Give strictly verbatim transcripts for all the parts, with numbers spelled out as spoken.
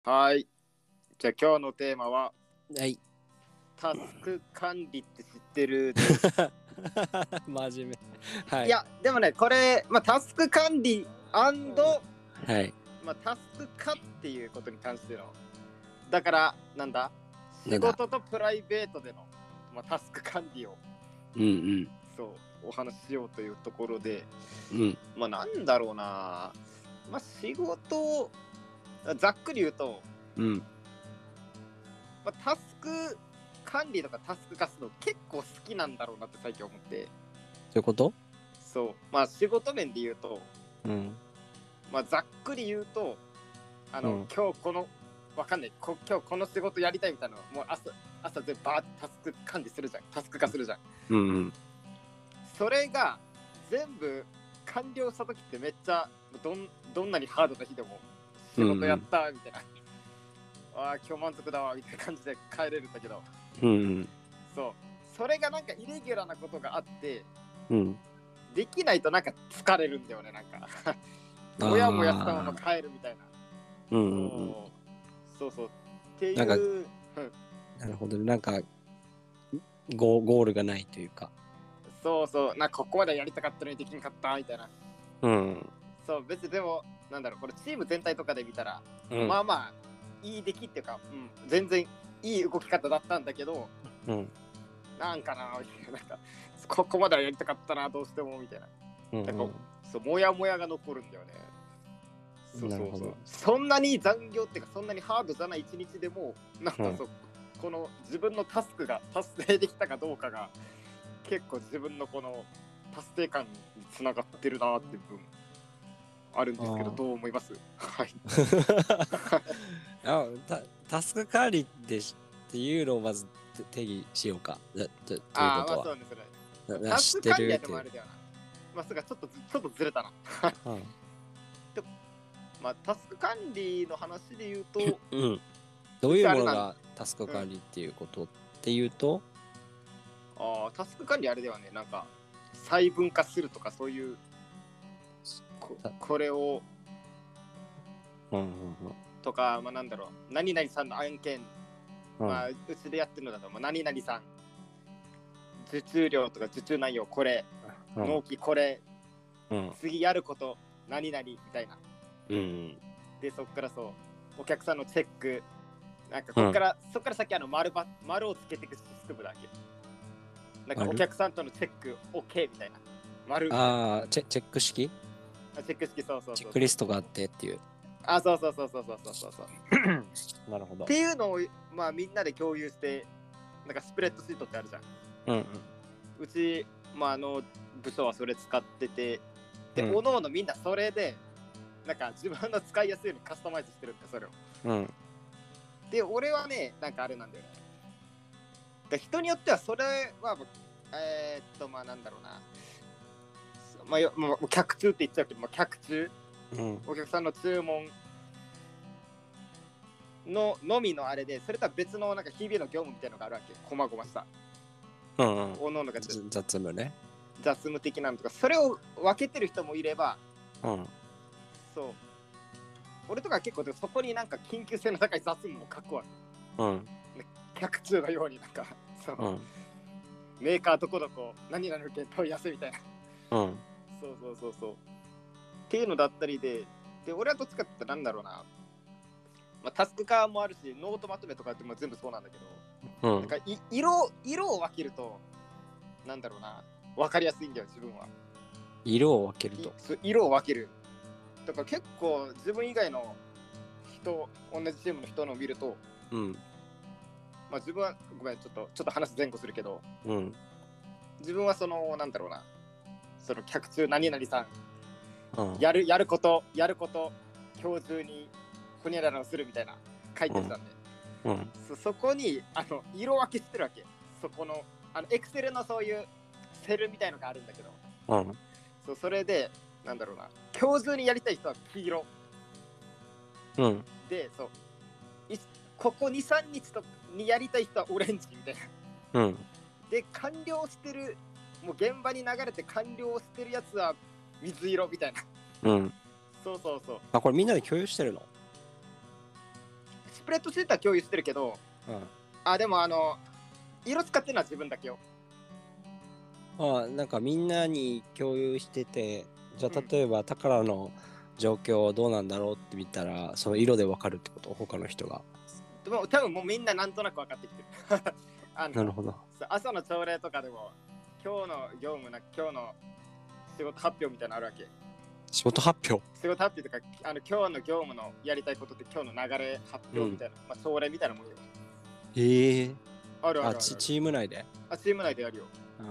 はい。じゃあ今日のテーマは、 はい。 タスク管理って知ってるで真面目。はい。 いや、でもね、これ、まあ、タスク管理はい。 まあ、タスク化っていうことに関しての、だから、なんだ、仕なんだ事とプライベートでの、まあ、タスク管理を、 うんうん。 そう、お話ししようというところで、 うん。 まあ、なんだろうな、まあ、仕事、ざっくり言うと、 うん。 まあ、タスク管理とかタスク化するの結構好きなんだろうなって最近思って。 そういうこと？ そう。まあ仕事面で言うと、 うん。 まあざっくり言うと、あの、 うん、 今日この、わかんないこ、今日この仕事やりたいみたいなのもう朝、朝でバーってタスク管理するじゃん。タスク化するじゃん。 うんうん。 それが全部完了した時ってめっちゃどん、どんなにハードな日でも仕事やったみたいな。うんうんああ、今日満足だわみたいな感じで帰れるんだけど、 うんうん。 そう。それがなんかイレギュラーなことがあって、 うん。 できないとなんか疲れるんだよね、なんか。もやもやしたまま帰るみたいな。 うんうんうん。 そうそう。っていう。 なんか、 うん、 なるほど。なんかゴ、ゴールがないというか。 そうそう。なんかここまでやりたかったのにできんかったみたいな。 うん。 そう、別にでも、なんだろう、これチーム全体とかで見たら、 うん、 まあまあ、いい出来っていうか、うん、全然いい動き方だったんだけど、 うん。 なんかな、みたいな。なんか、ここまではやりたかったな、どうしても、みたいな。 うんうん、 なんか、そう、もやもやが残るんだよね。そうそうそう。そんなに残業っていうか、そんなにハードじゃない一日でも、なんかそう、うん、この自分のタスクが達成できたかどうかが、結構自分のこの達成感につながってるなっていう部分あるんですけど、どう思います？はい。 あタ, タスク管理でっていうのをまず定義しようか。ということは。 ああ、まあそうですね。タスク管理でもあるだよな。まあ、それがちょっとちょっとずれたな。うん、でまあ、タスク管理の話で言うと、 うん、どういうものがタスク管理っていうことっていうと、 うん、ああ、タスク管理あれではね、なんか細分化するとかそういう こ, これを、 うんうんうん、 とか、まあなんだろう、何々さんの案件、うん、まあうちでやってるのだと、まあ、何々さん受注量とか受注内容これ、うん、納期これ、うん、次やること何々みたいな、うん、でそっからそうお客さんのチェックなんかこっから、うん、そっから先あの丸ば丸をつけていくシステムだけなんかお客さんとのチェック OK みたいな丸ああチェチェック式あチェック式そうそうそうチェックリストがあってっていうあそうそうそうそうそうそうそうなるほどっていうのをまあみんなで共有してなんかスプレッドシートってあるじゃんうん、うん、うちまああの部署はそれ使っててで、うん、おのおのみんなそれでなんか自分の使いやすいようにカスタマイズしてるんだよそれを、うん、で俺はねなんかあれなんだよねで人によってはそれはえー、っとまあなんだろうなまあ、まあ、客中って言っちゃうけど、まあ、客中、うん、お客さんの注文ののみのあれでそれとは別のなんか日々の業務みたいなのがあるわけこまごましたうん、うん、おのおのが雑務ね雑務的なのとかそれを分けてる人もいれば、うん、そう俺とか結構そこになんか緊急性の高い雑務を書くわけ、うん、客中のようになんかそう、うん、メーカーどこどこ何々の件問いやすいみたいな、うん、そうそうそうそうっていうのだったりでで俺はどっちかって言ったらなんだろうなまあ、タスク化もあるしノートまとめとかっても全部そうなんだけど、うん、なんかい色色を分けるとなんだろうな分かりやすいんだよ自分は色を分けると色を分けるだから結構自分以外の人同じチームの人のを見ると、うんまあ、自分はごめんちょっとちょっと話前後するけど、うん、自分はそのなんだろうなその客中何々さん、うん、やるやることやること今日中にほにゃららをするみたいな書いてたんで、うんうん、そ, そこにあの色分けしてるわけそこのあのエクセルのそういうセルみたいのがあるんだけど、うん、そうそれでなんだろうな今日中にやりたい人は黄色、うん、でそうここ に,さん 日とにやりたい人はオレンジみたいな、うん、で完了してるもう現場に流れて完了してるやつは水色みたいな、うん、そうそうそうあこれみんなで共有してるのレッドシートは共有してるけど、うん、あ、でもあの、色使ってるのは自分だけよ。 ああ、なんかみんなに共有してて、じゃあ例えば、うん、宝の状況どうなんだろうって見たら、その色でわかるってこと？他の人が。 でも多分もうみんななんとなく分かってきてる。あのなるほど。 朝の朝礼とかでも、今日の業務な、今日の仕事発表みたいなのあるわけ。 仕事発表仕事発表とか、あの今日の業務のやりたいことって今日の流れ発表みたいな、うん、まあ朝礼みたいなもんよ。 へえー。 あるあるあるある。 あ、チーム内で？ あ、チーム内でやるよ。うん。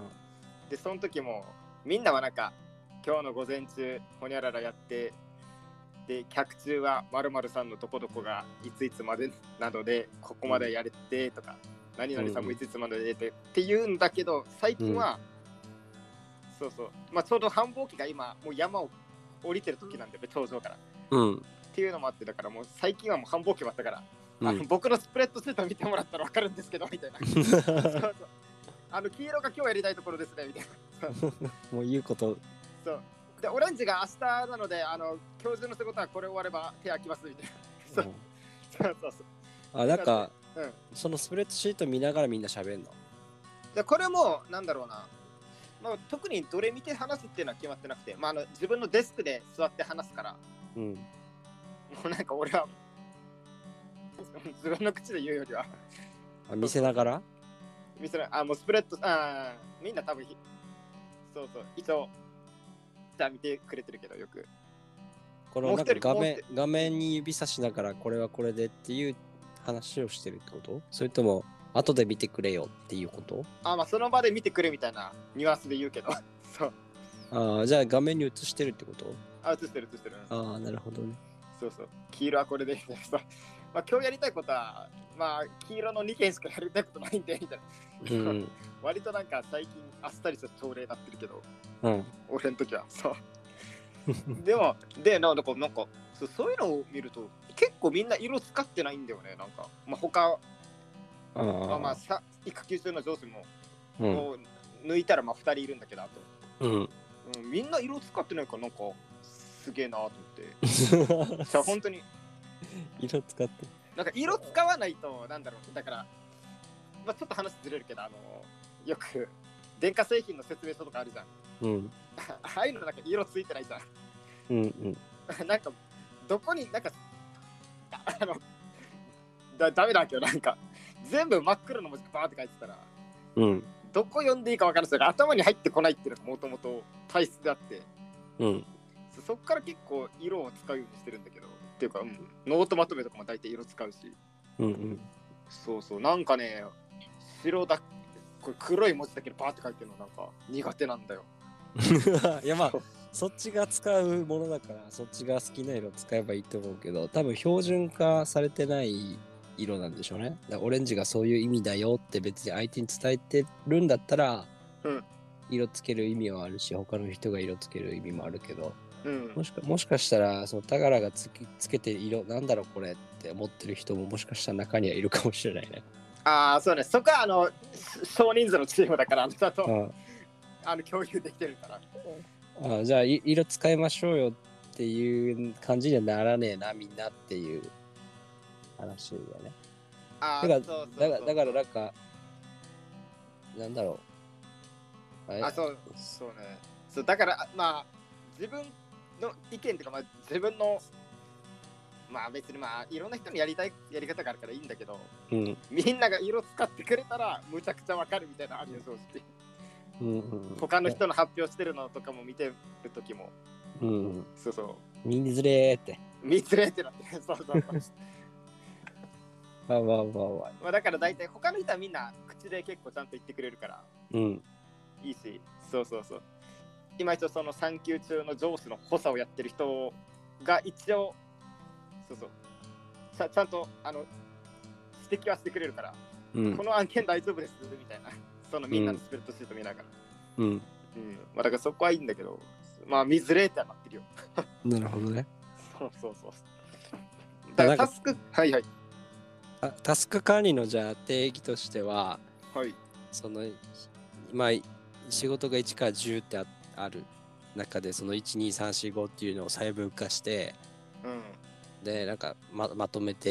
で、その時も、みんなはなんか、今日の午前中、ほにゃららやって、で、客中は〇〇さんのどこどこがいついつまでなどで、ここまでやれてとか、うん、何々さんもいついつまで出て、うん、って言うんだけど、最近は、うん、そうそう、まあちょうど繁忙期が今、もう山を降りてる時なんで、頂上から。うん。っていうのもあって、だからもう最近はもう繁忙期終わったから、うん、あの僕のスプレッドシート見てもらったら分かるんですけど、みたいな。そうそうあの黄色が今日やりたいところですね、みたいな。 もう言うこと。 そう。で、オレンジが明日なので、あの、今日中の仕事はこれ終われば手空きます、みたいな。そう。そうそうそう。 あ、なんか、うん、そのスプレッドシート見ながらみんな喋んの？ で、これも、なんだろうな。まあ、特にどれ見て話すっていうのは決まってなくて、まあ、あの自分のデスクで座って話すから、うん、もうなんか俺は、自分の口で言うよりは。 あ、見せながら見せなあ、もうスプレッド、あみんな多分、そうそう、一応、見てくれてるけど、よく。 このなんか画面、画面に指さしながら、これはこれでっていう話をしてるってこと？それとも、後で見てくれよっていうこと？ あ、まあ、その場で見てくれみたいなニュアンスで言うけど。そう。 ああ、じゃあ画面に映してるってこと？ あ、映してる映してる。 ああ、なるほどね。 そうそう。黄色はこれで、まあ、今日やりたいことは、まあ、黄色のにけんしかやりたいことないんで、みたいな。うん、割となんか最近、あっさりした朝礼になってるけど、うん、俺の時は。そう。でも、で、なんか、なんかそう、そういうのを見ると、結構みんな色使ってないんだよね、なんか。まあ、他、あまあまあさ、育休中の上司も、うん、もう抜いたらまあふたりいるんだけど、あと、うんうん。みんな色使ってないから、なんか、すげえなと思って。じゃあ、本当に。 色使って。 なんか、色使わないと、なんだろう、だから、まあ、ちょっと話ずれるけど、あの、よく、電化製品の説明書とかあるじゃん。うん。ああいうのなんか色ついてないじゃん。うんうん。なんか、どこに、なんか、あの、だ、ダメだけど、なんか、全部真っ黒の文字バーって書いてたら、うん。どこ読んでいいか分からない。頭に入ってこないっていうのがもともと体質であって、うん。そ, そっから結構色を使うようにしてるんだけど、っていうか、うん、ノートまとめとかも大体色使うし、うんうん。そうそう、なんかね、白だ、これ黒い文字だけでバーって書いてるのなんか苦手なんだよ。 いやまあそっちが使うものだからそっちが好きな色使えばいいと思うけど、多分標準化されてない色なんでしょうね。だからオレンジがそういう意味だよって別に相手に伝えてるんだったら、うん、色つける意味はあるし、他の人が色つける意味もあるけど、うん、もしかもしかしたらそのタガラがつけ、つけて色なんだろうこれって思ってる人ももしかしたら中にはいるかもしれないね。 ああ、そうね。そこはあの少人数のチームだからあのだと、うん、あの共有できてるから。 ああ、じゃあ色使いましょうよっていう感じにはならねえなみんなっていう話だよね。ああ、だからだからだからなんかなんだろう。あ、そうそうね。そうだからまあ自分の意見っていうかまあ自分のまあ別にまあいろんな人にやりたいやり方があるからいいんだけど、うん、みんなが色使ってくれたらむちゃくちゃわかるみたいなあるよ正直。うんうんうん、他の人の発表してるのとかも見てる時も、うん、そうそう見づれーって見づれーってなってそうそうそうまあまあまあまあ、 まあだから大体他の人はみんな口で結構ちゃんと言ってくれるから、うん、いいし、そうそうそう今一応その産休中の上司の補佐をやってる人が一応そうそうち ゃ, ちゃんとあの指摘はしてくれるから、うん、この案件大丈夫ですみたいなそのみんなのスプレッドシート見ながら、うん、うん、まあだからそこはいいんだけど、まあ見づれーってなってるよ。 なるほどね。 そうそうそう。だからタスクはいはいあタスク管理のじゃあ定義としては、はい、そのまあ仕事がいちからじゅうって あ, ある中でそのいちにさんしごっていうのを細分化して、うん、でなんか ま, まとめて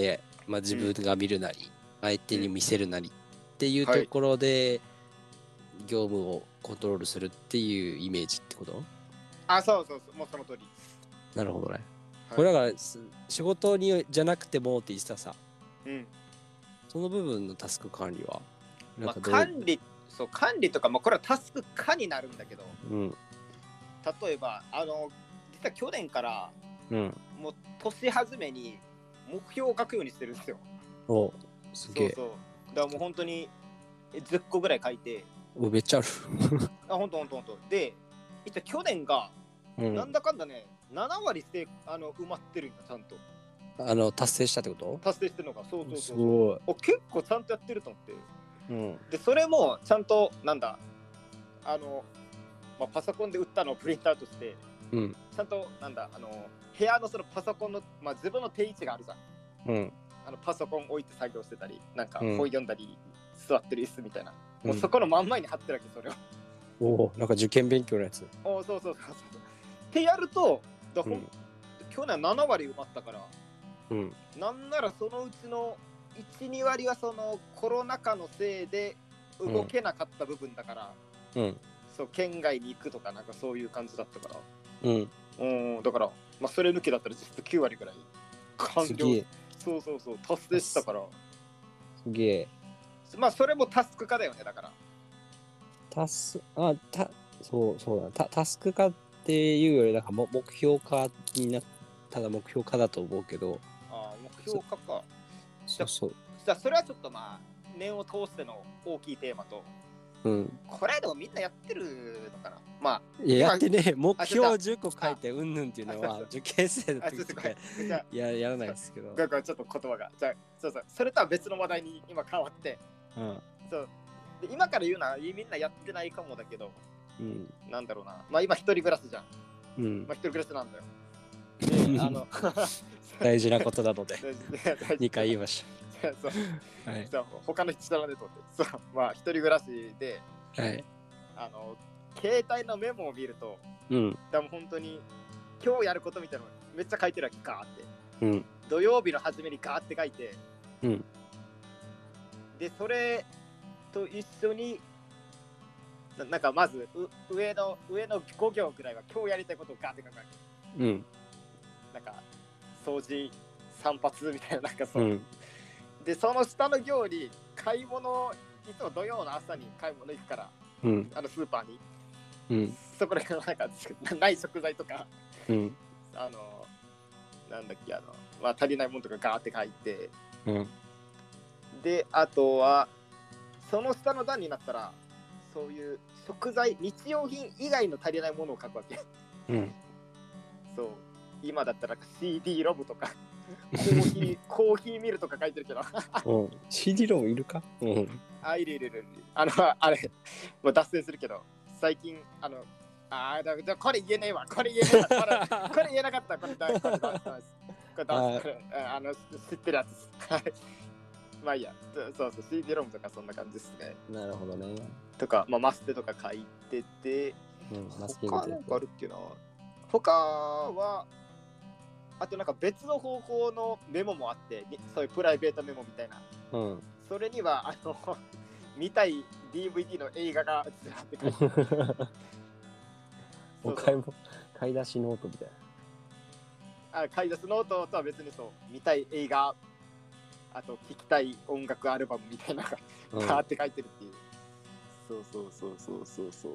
まあ、自分が見るなり、うん、相手に見せるなりっていうところで、はい、業務をコントロールするっていうイメージってこと？ あ、そうそうそう、もうその通り。 なるほどね。はい、これだから仕事にじゃなくてもって言ってたさ、うん、その部分のタスク管理はなんか、まあ、管理そう管理とか、まあ、これはタスク化になるんだけど、うん、例えばあの実は去年から、うん、もう年始めに目標を書くようにしてるんですよ。 お、すげえ。 そうそう。だからもう本当にじゅっこぐらい書いて。 お、めっちゃある。 あ、本当本当本当。で、一応去年が、うん、なんだかんだね、ななわりしてあの埋まってるんだ、ちゃんと。 あの達成したってこと？ 達成してるのが、そうそうそう。 すごい。 お、結構ちゃんとやってると思って。うん、で、それもちゃんと、なんだ、あの、まあ、パソコンで売ったのをプリントアウトして、うん、ちゃんと、なんだ、あの、部屋のそのパソコンの、まあ、自分の定位置があるじゃん。うん、あのパソコン置いて作業してたり、なんか本読んだり、うん、座ってる椅子みたいな。もうそこの真ん前に貼ってるわけ、それを。 おお、なんか受験勉強のやつ。 お、そうそうそうそう。ってやると、だ、うん、去年ななわり埋まったから、うん、なんならそのうちのいち、にわりはそのコロナ禍のせいで動けなかった部分だから、うん、そう県外に行くとかなんかそういう感じだったから、うん、うん、だから、まあ、それ抜きだったら実質きゅうわりぐらい完了。そうそうそう、達成したから。 すげえ。 まあそれもタスク化だよね、だから。 タスあたそうそうだ、タタスク化っていうよりなんかも目標化になっただ目標化だと思うけど。 ああ、目標化か。 そうそう。 じゃあそれはちょっとまあ念を通しての大きいテーマと。うん、これでもみんなやってるのかな。まあいややってね、目標じゅっこ書いてうんぬんっていうのは受験生の時とかややらないですけど。 ちょっと言葉がじゃあそうそう、それとは別の話題に今変わって、うん、そうで今から言うのはみんなやってないかもだけど、うん、なんだろうな、まあ今一人暮らしじゃん、うん、まあ一人暮らしなんだよ。であの大事なことなのでにかい言いました。 そう、はい、そう他の人知らないと思って、そう、まあ一人暮らしで、はい、あの携帯のメモを見ると、うん、でも本当に今日やることみたいなのめっちゃ書いてるわけ、ガーって、うん、土曜日の初めにガーって書いて、うん、でそれと一緒に な, なんかまず上の上のご行ぐらいは今日やりたいことをガーって書くわけ、うん、なんか掃除散髪みたいな、なんかそう、うん、でその下の行に買い物、いつも土曜の朝に買い物行くから、うん、あのスーパーに、うん、そこでなんかない食材とか、うん、あのなんだっけ、あの、まあ、足りないものとかガーって書いて、うん、であとはその下の段になったらそういう食材、日用品以外の足りないものを書くわけ、うん、そう今だったら シーディー ロムとかコーヒーコーヒーミルとか書いてるけど、 うん、シーディー ロムいるか、うん、 あ、いるいるいる、あのあれもう脱線するけど最近あのあだだこれ言えねえわ、これ言えねえわ、これこれ言えなかった、これだ、これだ、これだ、これあの知ってるやつまあいいや、そうそう、シーディー ロムとかそんな感じですね。 なるほどね。 とか、まあマステとか書いてて、うん、マステ他なんかあるっけな。他はあとなんか別の方法のメモもあって、そういうプライベートメモみたいな。うん、それにはあの見たい ディーブイディー の映画がずらって書いてある。 お買いも買い出しノートみたいな。あ、買い出しノートとは別にそう見たい映画、あと聴きたい音楽アルバムみたいなのがガーって書いてるっていう。そうそうそうそうそうそう。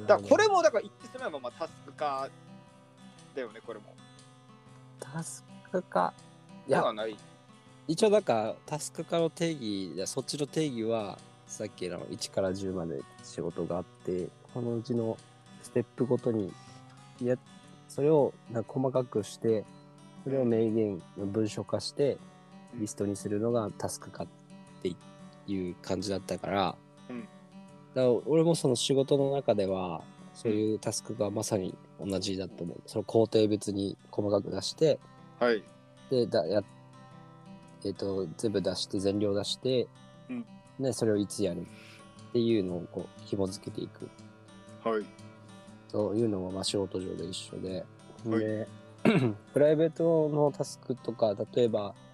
だからこれもだから言ってしまえばまあタスク化だよね、これも。 タスク化いやない。 一応なんかタスク化の定義、そっちの定義はさっきのいちからじゅうまで仕事があって、このうちのステップごとにやそれをなんか細かくして、それを名言文書化してリストにするのがタスク化っていう感じだったから、うん、だから俺もその仕事の中ではそういうタスクがまさに同じだと思う。その工程別に細かく出して、はい、でだや、えーと、全部出して全量出して、うん、でそれをいつやるっていうのをこう紐付けていく、はい、というのはまあ仕事上で一緒で、はい、でプライベートのタスクとか、例えば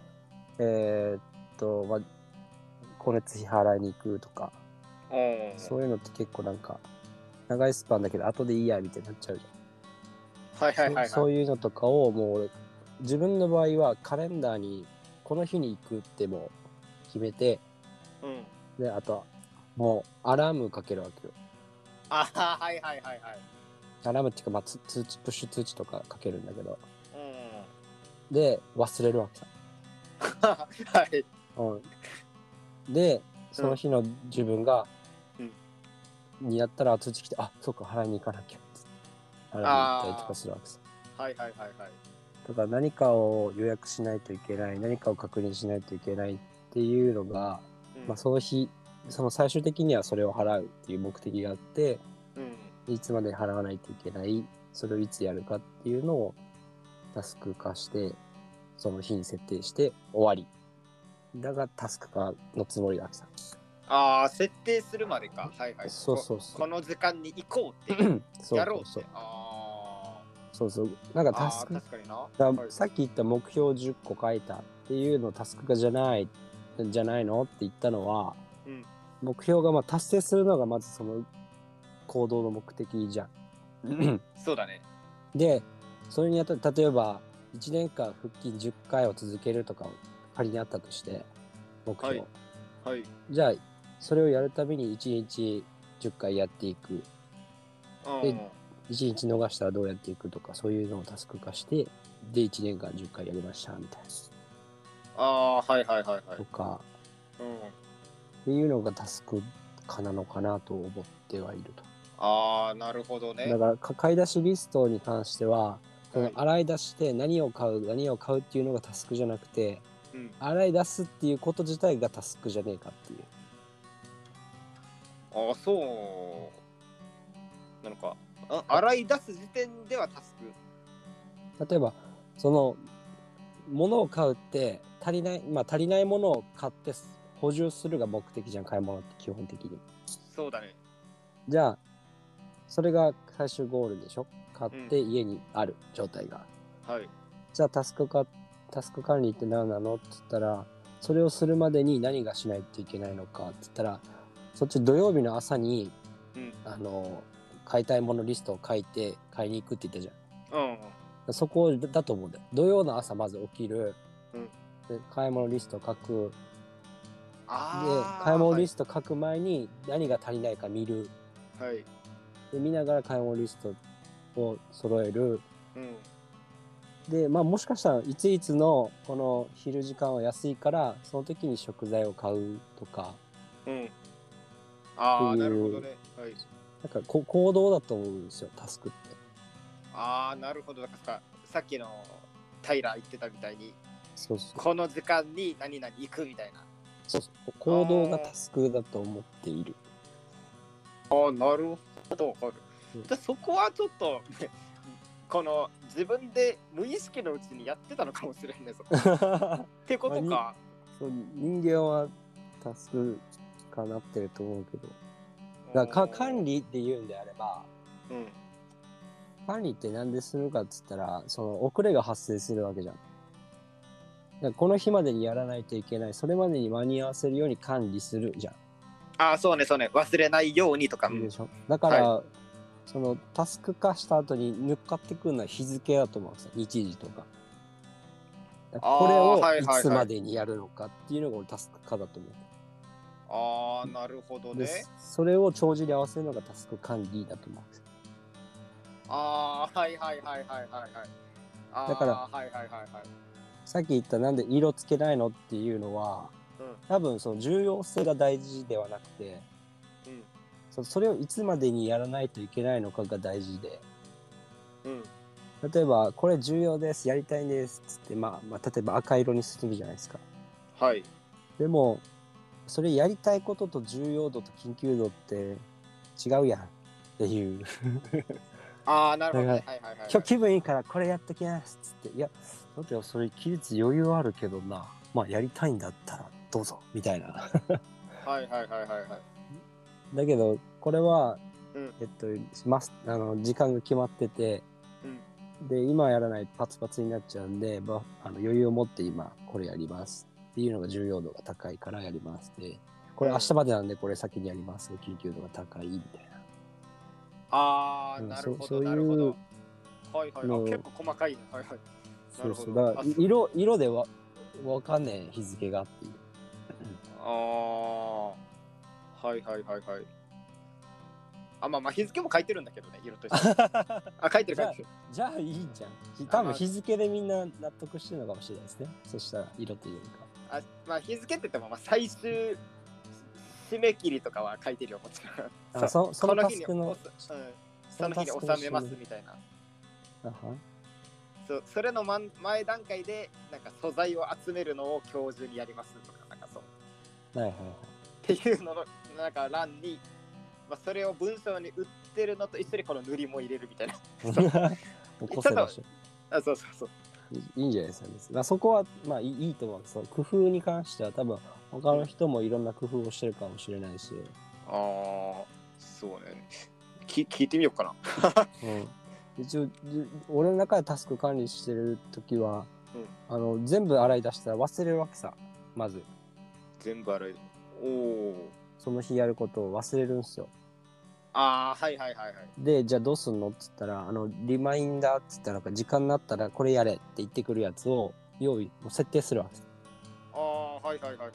えー、っと、まあ、光熱費払いに行くとか、 うんそういうのって結構なんか、長いスパンだけど後でいいやみたいになっちゃうじゃん。 はいはいはいはい。 そ, そういうのとかをもう俺、自分の場合はカレンダーにこの日に行くってもう決めて、 うん、 で、あとはもうアラームかけるわけよ。 あははいはいはいはい。 アラームっていうか、まあ、通知、プッシュ通知とかかけるんだけど、 うん、 で、忘れるわけさ。 はい。 うん、で、その日の自分が、 うん、 にやったら通知来て、あ、そっか、払いに行かなきゃって。払いに行ったりとかするわけさ。 はいはいはいはい。 だから何かを予約しないといけない、何かを確認しないといけないっていうのが、うん、まあ、その日、その最終的にはそれを払うっていう目的があって、うん、いつまで払わないといけない、それをいつやるかっていうのをタスク化して、その日に設定して終わり。だがタスク化のつもりだけさ。 ああ、設定するまでか。はいはい。 そうそうそう。 こ, この時間に行こうってやろうって。 そうそうそう。 あそうそう。なんかタスク、 確かにな、 はい、さっき言った目標じゅっこ書いたっていうのタスク化じゃないじゃないのって言ったのは、うん、目標がまあ達成するのがまずその行動の目的じゃん。 そうだね。 で、それにあた例えばいちねんかん腹筋じゅっかいを続けるとか仮にあったとして目標、はいはい、じゃあそれをやるたびにいちにちじゅっかいやっていく。でいちにち逃したらどうやっていくとか、そういうのをタスク化して、でいちねんかんじゅっかいやりましたみたいな。 ああ、はいはいはいはい。 とか、 うん、 っていうのがタスク化なのかなと思ってはいると。 ああ、なるほどね。 だから買い出しリストに関しては、その洗い出して何を買う、何を買うっていうのがタスクじゃなくて、うん、洗い出すっていうこと自体がタスクじゃねえかっていう。 ああ、そうなのか。あ、洗い出す時点ではタスク。 例えばその物を買うって足りない、まあ足りないものを買って補充するが目的じゃん、買い物って基本的に。 そうだね。 じゃあそれが最終ゴールでしょ。買って家にある状態が、うん、はい。じゃあタスクかタスク管理って何なのって言ったら、それをするまでに何がしないといけないのかって言ったら、そっち土曜日の朝に、うん、あの買いたいものリストを書いて買いに行くって言ったじゃん。うん、うん、そこだと思うんだよ。土曜の朝まず起きる、うん、で買い物リストを書く。あで買い物リスト書く前に何が足りないか見る。はい。で見ながら買い物リストを揃える。うん、でまあもしかしたらいついつのこの昼時間は安いからその時に食材を買うとか。うん。ああ、なるほどね。はい。なんかこ行動だと思うんですよ、タスクって。 ああ、なるほど。だからさっきのタイラー言ってたみたいに、 そうそう、 この時間に何々行くみたいな。 そうそう、行動がタスクだと思っている。 ああ、なるほど。じゃそこはちょっとこの自分で無意識のうちにやってたのかもしれんね。そこってことか、 まあ、そう人間はタスクかなってると思うけど、だから管理って言うんであれば、うん、管理って何でするかっつったら、その遅れが発生するわけじゃん。だからこの日までにやらないといけない、それまでに間に合わせるように管理するじゃん。 ああ、そうねそうね、忘れないようにとか。 でしょ。だから、はい、そのタスク化した後に乗っかってくるのは日付だと思うんですよ、日時とか。これをいつまでにやるのかっていうのが俺タスク化だと思う。 ああ、なるほどね。 それを帳尻に合わせるのがタスク管理だと思うんですよ。 ああ、はいはいはいはいはいはい。 だから、 はいはいはいはい、 さっき言ったなんで色つけないのっていうのは、うん、多分その重要性が大事ではなくて、うん、そ, それをいつまでにやらないといけないのかが大事で、うん、例えばこれ重要ですやりたいんですっつって、まあ、まあ例えば赤色にするじゃないですか。はい。でもそれやりたいことと重要度と緊急度って違うやんっていうああ、なるほど、ね、はいはいはい、はい、 今日気分いいからこれやっときますっつって、いやだってそれ期日余裕あるけどな、まあやりたいんだったらどうぞみたいなはいはいはいはいはい。 だけどこれは、うん、えっとマスあの時間が決まってて、うん、で今やらないとパツパツになっちゃうんで、まあ、あの余裕を持って今これやりますっていうのが重要度が高いからやりますで、これ明日までなんでこれ先にやります、緊急度が高いみたいな。 ああ、なるほどなるほど。はいはい。あ、結構細かいね。はいはい。 そうそう。だから色色でわわかんねえ日付がっていう。 ああ、はいはいはいはい。あ、まあまあ日付も書いてるんだけどね、色として。あ、書いてる書いてる。 じゃあいいんじゃん。多分日付でみんな納得してるのかもしれないですね。そしたら色というか。 あ、まあ日付って言ってもまあ最終締め切りとかは書いてるよ、もちろん。 あ、そそのタスクの、うん、 その日に収めますみたいな。 あはそ, それの前段階でなんか素材を集めるのを今日中にやりますとかなんかそう、 はいはいはい、 っていうののなんか欄に、まあ、それを文章に売ってるのと一緒にこの塗りも入れるみたいな個性出しあ、そうそうそう、 いいんじゃないですかね。まあ、そこはまあい い, いいと思うんです。工夫に関しては多分他の人もいろんな工夫をしてるかもしれないし、 ああ、そうね、き聞いてみようかな、 うん一応俺の中でタスク管理してるときは、うん、あの全部洗い出したら忘れるわけさ。まず全部洗い、おお、 その日やることを忘れるんすよ。 ああ、はいはいはいはい。 でじゃあどうすんのっつったら、あのリマインダーっつったら時間になったらこれやれって言ってくるやつを用意もう設定するわけです。 ああ、はいはいはいはい。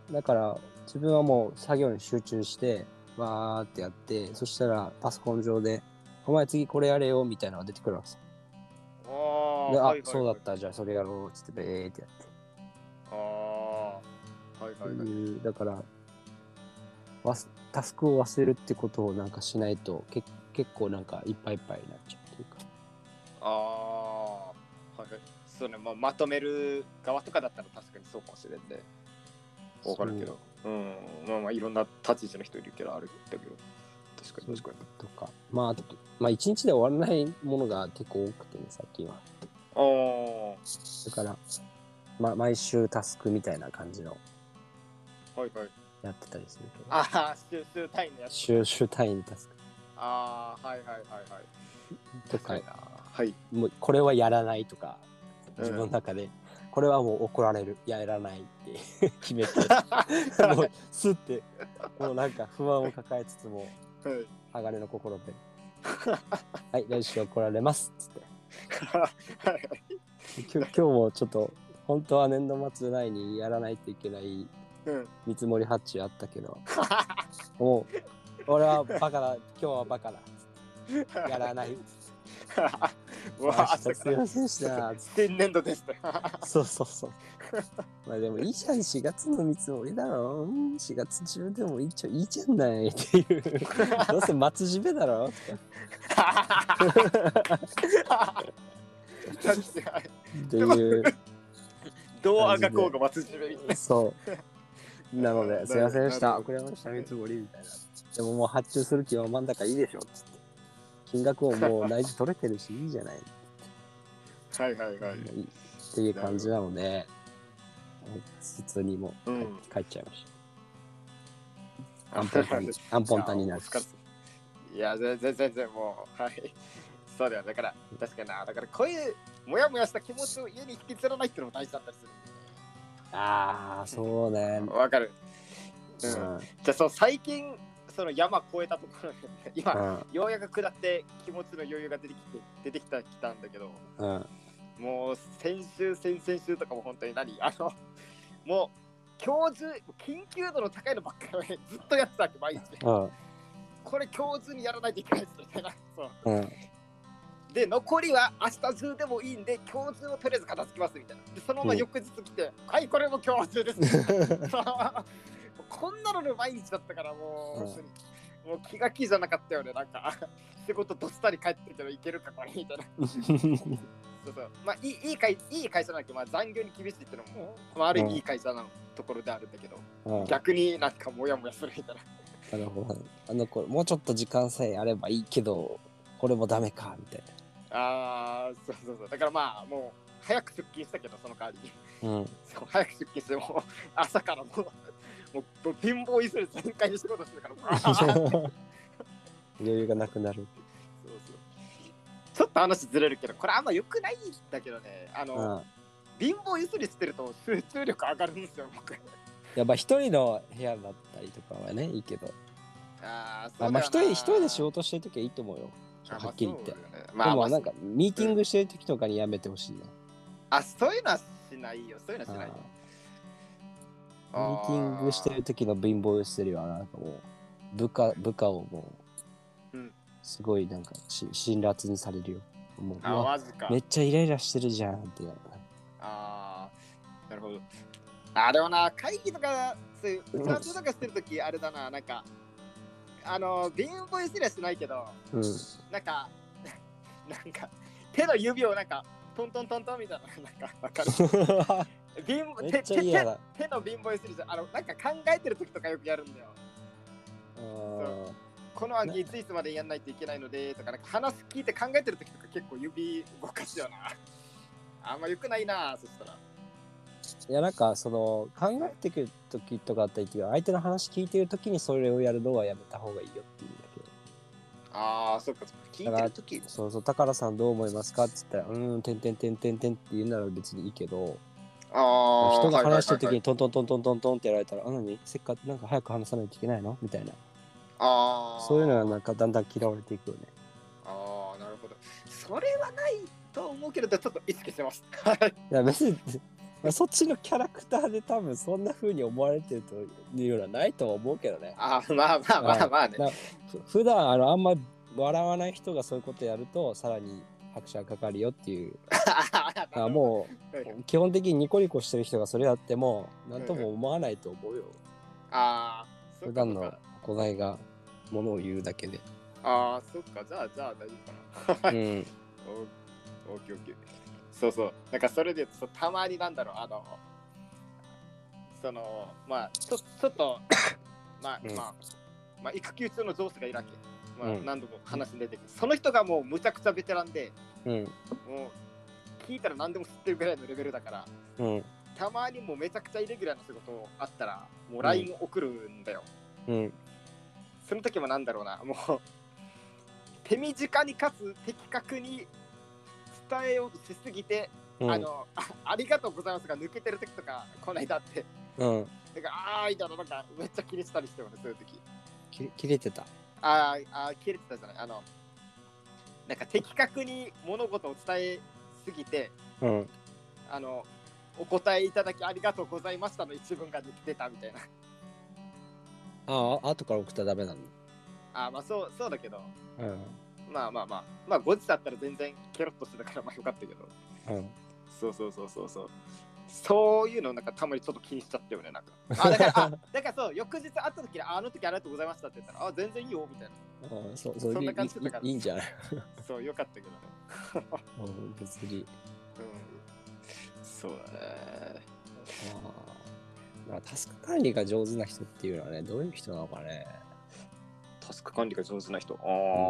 だから自分はもう作業に集中してわーってやって、そしたらパソコン上でお前次これやれよみたいなのが出てくるわけです。 ああ、 で、あ、 はいはいはい、 そうだった、じゃあそれやろうっつってベーってやって。 ああ、はいはいはい。 だからタスクを忘れるってことをなんかしないとけ結構なんかいっぱいいっぱいになっちゃうっていうか。 ああ、はいはい。そうね、まあ、まとめる側とかだったら確かにそうかもしれんで、ね。わかるけど、うん、まあまあいろんな立ち位置の人いるけどあるんだけど、確かに確かに。 とか、まああとまあ一日で終わらないものが結構多くてね、最近は。 ああ。 だから、まあ毎週タスクみたいな感じの。 はいはい。 やってたりするけど。 ああ、週週単位のやつ。 週週単位のタスク。 ああ、はいはいはいはい。 とか、 はい。 もうこれはやらないとか、自分の中で、うん、これはもう怒られる、やらないって決めて、もうすって、もうなんか不安を抱えつつも、はい、鋼の心で、はい、来週怒られますっつって。今日もちょっと、本当は年度末内にやらないといけない見積もり発注あったけど、もう俺はバカだ、今日はバカだやらないうわあ、 すいませんでした新年度ですそうそうそうまあでもいいじゃん、しがつの見積もりだろ、しがつ中でもいいじゃん、いいじゃないっていうどうせ松締めだろっていうどうあがこうが松締めみたいな。 そうなので、すいませんでした、遅れました見積もりみたいな。でももう発注する気は満だからいいでしょっつって、金額ももう内示取れてるしいいじゃないはいはいはいっていう感じなので、普通にもう、うん、帰っちゃいました。アンポンタにアンポンタになる。 いや全然全然もう、はい、そうだよ。だから確かにな、だからこういうモヤモヤした気持ちを家に引きずらないっていうのも大事だったりする。 ああ、そうね。 わかる。うん。じゃあそう最近その山越えたところで今、うん、ようやく下って気持ちの余裕が出てきて出てきたきたんだけど、うん、もう先週先々週とかも本当に何あのもう今日中緊急度の高いのばっかりずっとやってたわけ毎日。うん、これ今日中にやらないといけないですみたいな。そう。うん、で残りは明日中でもいいんで今日中をとりあえず片付きますみたいな。でそのまま翌日来て、うん、はいこれも今日中ですこんなのの毎日だったからもう、うん、もう気が気じゃなかったよね。なんか仕事どっさり帰ってるけどいけるかこれみたいなそうそう、まあいいいい会いい会社なんだけど、まあ、残業に厳しいってのも、まあ、ある意味いい会社なところであるんだけど、うん、逆になんかモヤモヤするみたいな。 なるほど。あの子もうちょっと時間さえあればいいけどこれもダメかみたいな。ああ、そうそうそう。だからまあもう早く出勤したけどその代わりに、うん、そう早く出勤しても朝からもうもう貧乏ゆすり全開で仕事してるから余裕がなくなる。 そうそう。ちょっと話ずれるけどこれあんま良くないんだけどね、あの、うん、 貧乏ゆすりしてると集中力上がるんですよ僕。 やっぱ一人の部屋だったりとかはねいいけど、 ああ、そうだよな。 まあ一人一人で仕事してるときはいいと思うよ。はっきり言って。 ね、まあ、 でもなんかミーティングしてるときとかにやめてほしいね。 あ、そういうのはしないよ。そういうのはしないよ。 ミーティングしてるときの貧乏ゆすりはなんかもう部下部下をもうすごいなんかし辛辣にされるよ。もうあ、マジか。 めっちゃイライラしてるじゃんって。 ああ、なるほど。あ、でもな、会議とか、そういう打ち合わせとかしてるとき、あれだな、なんか、あの、貧乏ゆすりはしないけど、うん、なんか、なんか、手の指をなんか、トントントントンみたいな、なんか、わかる貧めっちゃ嫌だ。 手の貧乏ゆすりじゃ、あの、なんか考えてるときとかよくやるんだよ。そうこの秋いついつまでやんないといけないのでとか、なんか話聞いて考えてるときとか結構指動かすよな。あんま良くないな、そしたら。 いやなんかその考えてくる時とかあったり相手の話聞いてる時にそれをやるのはやめた方がいいよっていうだけ。 ああ、そっかそっか。聞いてる時。 そうそう、宝さんどう思いますかって言ったら、うーん、てんてんてんてんてんって言うなら別にいいけど、あ人が話してる時にトントントントントントンってやられたら、あ、何せっかくなんか早く話さないといけないのみたいな。あそういうのはなんかだんだん嫌われていくよね。 ああ、なるほど。それはないと思うけど、ちょっと意識してます。 いや別にまあ、そっちのキャラクターで多分そんな風に思われてるというのはないとは思うけどね。 ああ、まあまあまあまあね。 普段あのあんま笑わない人がそういうことやるとさらに拍車がかかるよっていう。あもう基本的にニコニコしてる人がそれやっても何とも思わないと思うよ。 ああ、 普段の行いがものを言うだけで。 ああ、そっか、じゃあじゃあ大丈夫かな。うん。オッケーオッケー。そうそう。なんかそれでそたまになんだろう、あの、その、まあ、ちょちょっと、まあ、うん、まあ、まあ、育休中の上司がいるわけ。まあ、うん、何度も話に出てくる。その人がもうむちゃくちゃベテランで、うん、もう聞いたら何でも知ってるぐらいのレベルだから、うん、たまにもうめちゃくちゃイレギュラーな仕事あったら、もう ライン 送るんだよ。うん。その時もなんだろうな、もう、手短にかつ的確に伝えようとしすぎて、うん、あの あ, ありがとうございますが抜けてる時とかこないだって、うん、なんかあーいたのなんかめっちゃ気にしたりしてるね、そういう時。 き切れてた。 あーあー切れてたじゃない、あのなんか的確に物事を伝えすぎて、うん、あのお答えいただきありがとうございましたの一文が抜けてたみたいな。 ああ、後から送ったらダメなの？ ああ、まあそうそうだけど、うん、まあまあまあまあ後日だったら全然ケロッとしてたからまあよかったけど、うん、そうそうそうそうそうそういうのなんかたまにちょっと気にしちゃったよね、なんか。あだからあだからそう翌日会った時にあの時ありがとうございましたって言ったらあ全然いいよみたいな。 あそうそうそんな感じだからいいんじゃない？ そうよかったけどね。 うん、別に、うん、 そうだね。 あタスク管理が上手な人っていうのはね、どういう人なのかね。 タスク管理が上手な人。あ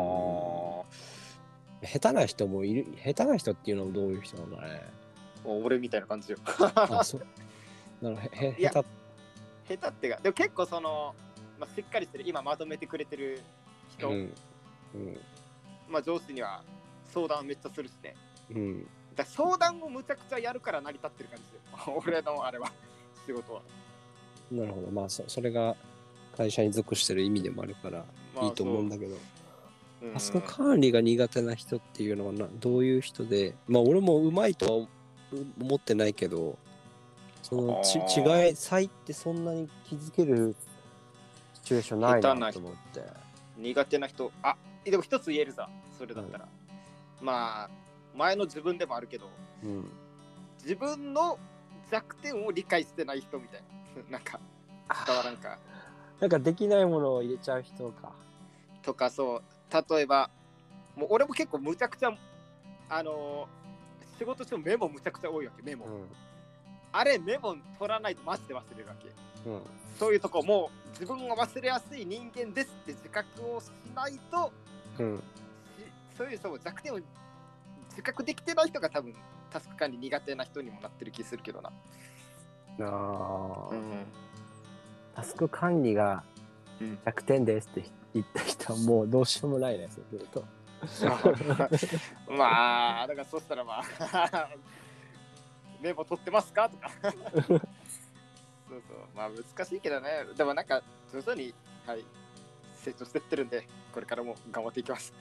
あ。下手な人もいる。下手な人っていうのはどういう人なのかね。 俺みたいな感じよ。 あ、そう。なるほど。へ、下手。 下手ってか、でも結構その、まあ、しっかりしてる、今まとめてくれてる人、うんうん、まあ上司には相談めっちゃするしね。うん。だ相談をむちゃくちゃやるから成り立ってる感じですよ。俺のあれは。仕事は。 なるほど。まあ そ, それが会社に属してる意味でもあるからいいと思うんだけど、タスク管理が苦手な人っていうのはなどういう人で、まあ俺もうまいとは思ってないけど、そのち違い差異ってそんなに気づけるシチュエーションないなと思って。 苦手な人、あでも一つ言えるさ、それだったら、うん、まあ前の自分でもあるけど、うん、自分の弱点を理解してない人みたいな。なんか伝わらんか。 なんかできないものを入れちゃう人か。 とかそう、例えば、もう俺も結構むちゃくちゃ、あのー、仕事中メモむちゃくちゃ多いわけ、メモ。うん、あれメモ取らないとマジで忘れるわけ。うん、そういうとこもう自分が忘れやすい人間ですって自覚をしないと、うん、そういうそう弱点を自覚できてない人が多分タスク管理苦手な人にもなってる気するけどな。 あ、うん、タスク管理が弱点ですって言った人はもうどうしようもないですよ、ずっと。まあだからそしたらまあメモ取ってますかとかそうそう、まあ難しいけどね。でもなんか徐々に、はい、成長してってるんで、これからも頑張っていきます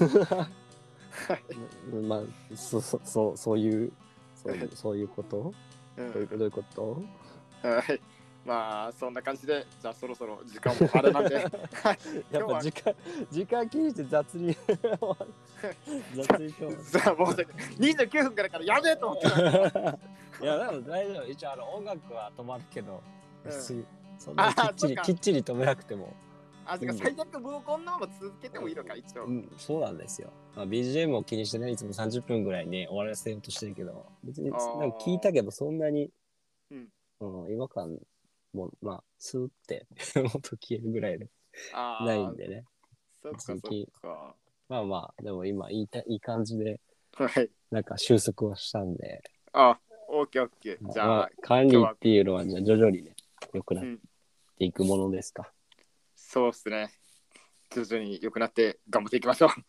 まあそうそうそうそういうそういうそういうこと、うん、どういうどういうことはい、まあそんな感じで、じゃあそろそろ時間もあれなんでやっぱ時間時間気にして雑に雑に今日さあもうにじゅうきゅうふんからからやべえと思っていやでも大丈夫、一応あの音楽は止まるけど、うん、そんなきっちりきっちり止めなくても、 あ、最悪もうこんなまま続けてもいいのか一応、 うん、そうなんですよ、まあ、ビージーエム を気にしてね、いつもさんじゅっぷんぐらいに、ね、終わらせようとしてるけど、別になんか聞いたけどそんなに、うんうん、違和感もまあスーってもっと消えるぐらいでないんでね。 そっかそっか。 まあまあでも今いいたいい感じで、 はい、 なんか収束はしたんで。 あ、オッケーオッケー。じゃあ、まあ、 管理っていうのはじゃあ徐々にね良くなっていくものですか。うん、 そうっすね。徐々に良くなって頑張っていきましょう。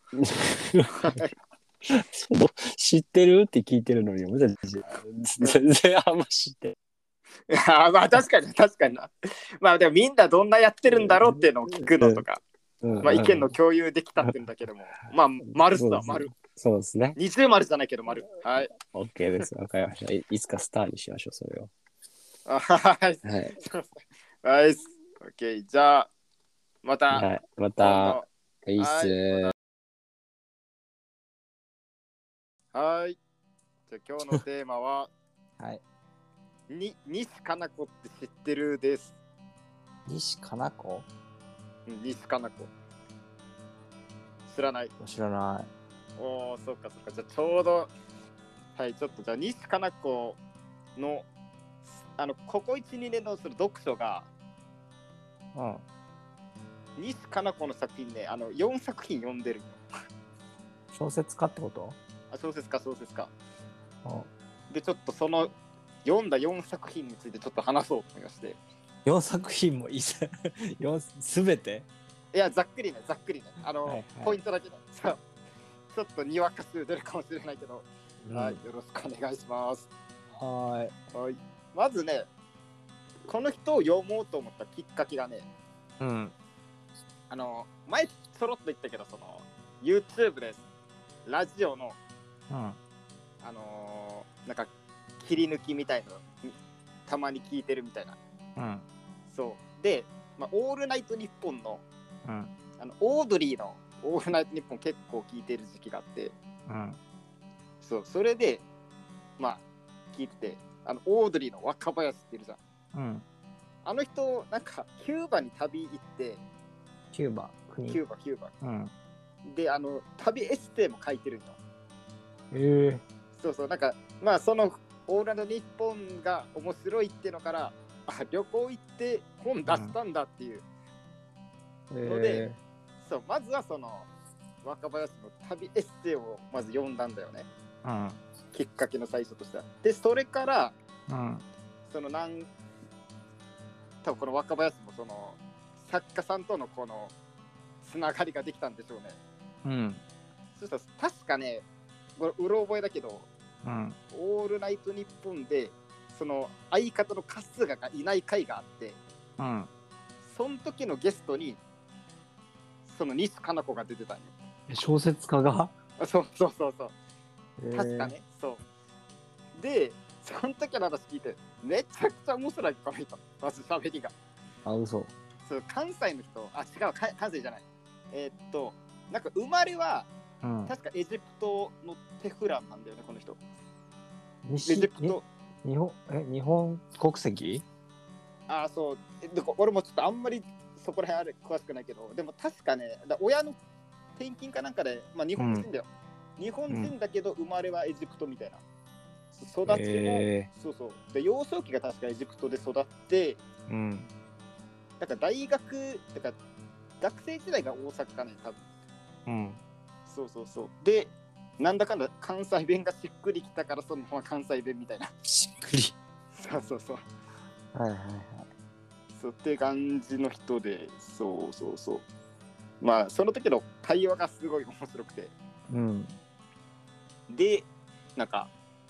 知ってるって聞いてるのに全然あんま知ってる。 いやまあ確かに確かにな。まあでもみんなどんなやってるんだろうっていうのを聞くのとか、うんうん、まあ意見の共有できたってんだけども、まあ丸っすわ、丸。 そうですね。 二重丸じゃないけど丸。はい。 OK です。わかりました。い, いつかスターにしましょう、それを。 はい。はい。はい。OK。じゃあ、また。 はい、また。いいっす。 はい。じゃあ今日のテーマは、 はい。 に西加奈子って知ってるです。 西加奈子？ うん、西加奈子。知らない？ 知らない。 おー、そっかそっか。じゃあちょうど、はい、ちょっとじゃあ西加奈子の、あの、ここいち、にねんのその読書が、うん。西加奈子の作品ね、あの、よんさく品読んでる。 小説家ってこと？ あ、小説家、小説家。 うん、 で、ちょっとその、読んだよんさく品についてちょっと話そうと思いまして。 よんさく品もいいすべて？ いや、ざっくりね、ざっくりね。あの、はいはい、ポイントだけね。そう。ちょっとにわか数出るかもしれないけど、うん、はい、よろしくお願いします。 はい。 はい。まずね、この人を読もうと思ったきっかけがね、 うん。 あの、前ちょろっと言ったけど、その、YouTube です。ラジオの、うん、あのー、なんか、切り抜きみたいなの、たまに聞いてるみたいな。うん。そう。で、まあ、オールナイトニッポンの、うん、あの、オードリーのオールナイトニッポン結構聞いてる時期があって、うん。そう、それで、まあ、聞いてて、あの、オードリーの若林っているじゃん。うん。あの人、なんか、キューバに旅行って、 キューバ国キューバ、キューバ。うん。で、あの、旅エッセイも書いてるんよ。 へえ。 そうそう、なんか、まあ、その、オールナイトニッポンが面白いってのから、あ、旅行行って本出したんだっていうので、うん、そう、まずはその、若林の旅エッセイをまず読んだんだよね。うん。きっかけの最初としては。で、それから、うん、その、なん、多分この若林もその、作家さんとのこの、つながりができたんでしょうね。うん。そしたら、確かね、これ、うろ覚えだけど、うん、オールナイトニッポンでその相方の春日がいない回があって、うん、その時のゲストにその西加奈子が出てたんよ。 小説家が？ そうそうそうそう、確かね。そうで、その時の話聞いてめちゃくちゃ面白いこの人、まず喋りが。 あ、嘘。 そう、関西の人、あ、違う、関西じゃない、えー、っとなんか生まれは、うん、確かエジプトのテフランなんだよね、この人。 エジプト、日本、え、日本国籍？ ああ、そう。で、俺もちょっとあんまりそこら辺あれ詳しくないけど、でも確かね、だ親の転勤かなんかで、まあ日本人だよ。うん、日本人だけど生まれはエジプトみたいな。育ちも、えー、そうそう。で、幼少期が確かエジプトで育って、うん。だから大学、だから学生時代が大阪かね、多分。うん。そうそうそう。で、なんだかんだ関西弁がしっくりきたから、そのまま関西弁みたいな。 しっくり。 そうそうそう。 はいはいはい。 そうって感じの人で、そうそうそう。まあ、その時の会話がすごい面白くて。うん。で、なんか、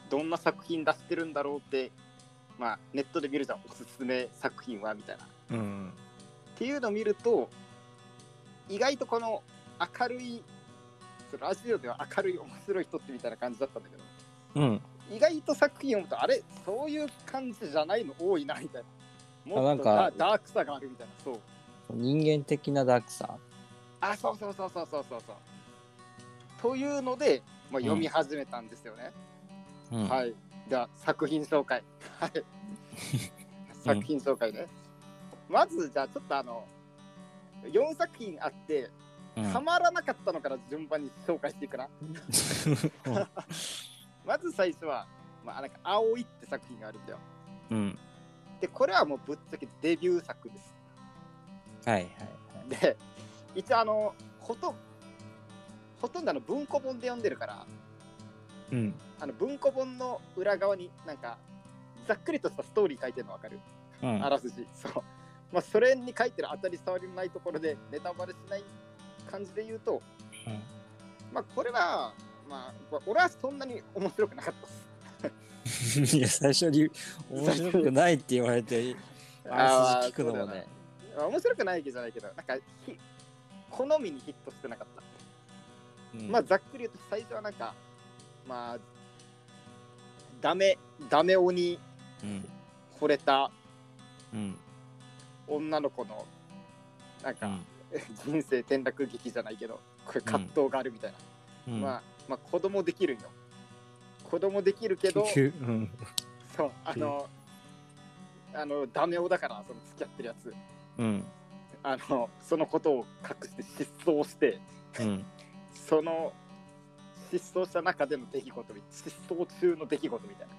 どんな作品出してるんだろうって、まあ、ネットで見るじゃん、おすすめ作品はみたいな、うん、っていうのを見ると意外とこの明るいラジオでは明るい面白い人ってみたいな感じだったんだけど、うん、意外と作品を読むとあれそういう感じじゃないの多いなみたいな、もっとダークさがあるみたいな、そう人間的なダークさ、 あそうそうそうそうそうそうそうというので、まあ、読み始めたんですよね、うん、はい。では作品紹介はい作品紹介ね、うん、まずじゃあちょっとあのよんさく品あってはまらなかったのから順番に紹介していくな、うん、まず最初は、まあ、なんか葵って作品があるんだよ、うん、でこれはもうぶっちゃけデビュー作です。 はいはいはい。 で一応あのほとほとんどの文庫本で読んでるから、うん、あの文庫本の裏側になんかざっくりとしたストーリー書いてるの分かる、うん、あらすじ、そう、まあ、それに書いてる当たり障りのないところでネタバレしない感じで言うと、うん、まあこれはまあ俺はそんなに面白くなかったですいや最初に面白くないって言われてあらすじ聞くのもね、 面白くないわけじゃないけどなんか好みにヒットしてなかった、うん、まあざっくり言うと最初はなんかまあダメダメ鬼に惚れた女の子のなんか、うん、人生転落劇じゃないけどこれ葛藤があるみたいな、うん、まあまあ子供できるんよ、子供できるけど、うん、そうあのあのダメ男だからその付き合ってるやつ、うん、あのそのことを隠して失踪して、うん、その失踪した中での出来事、失踪中の出来事みたいな。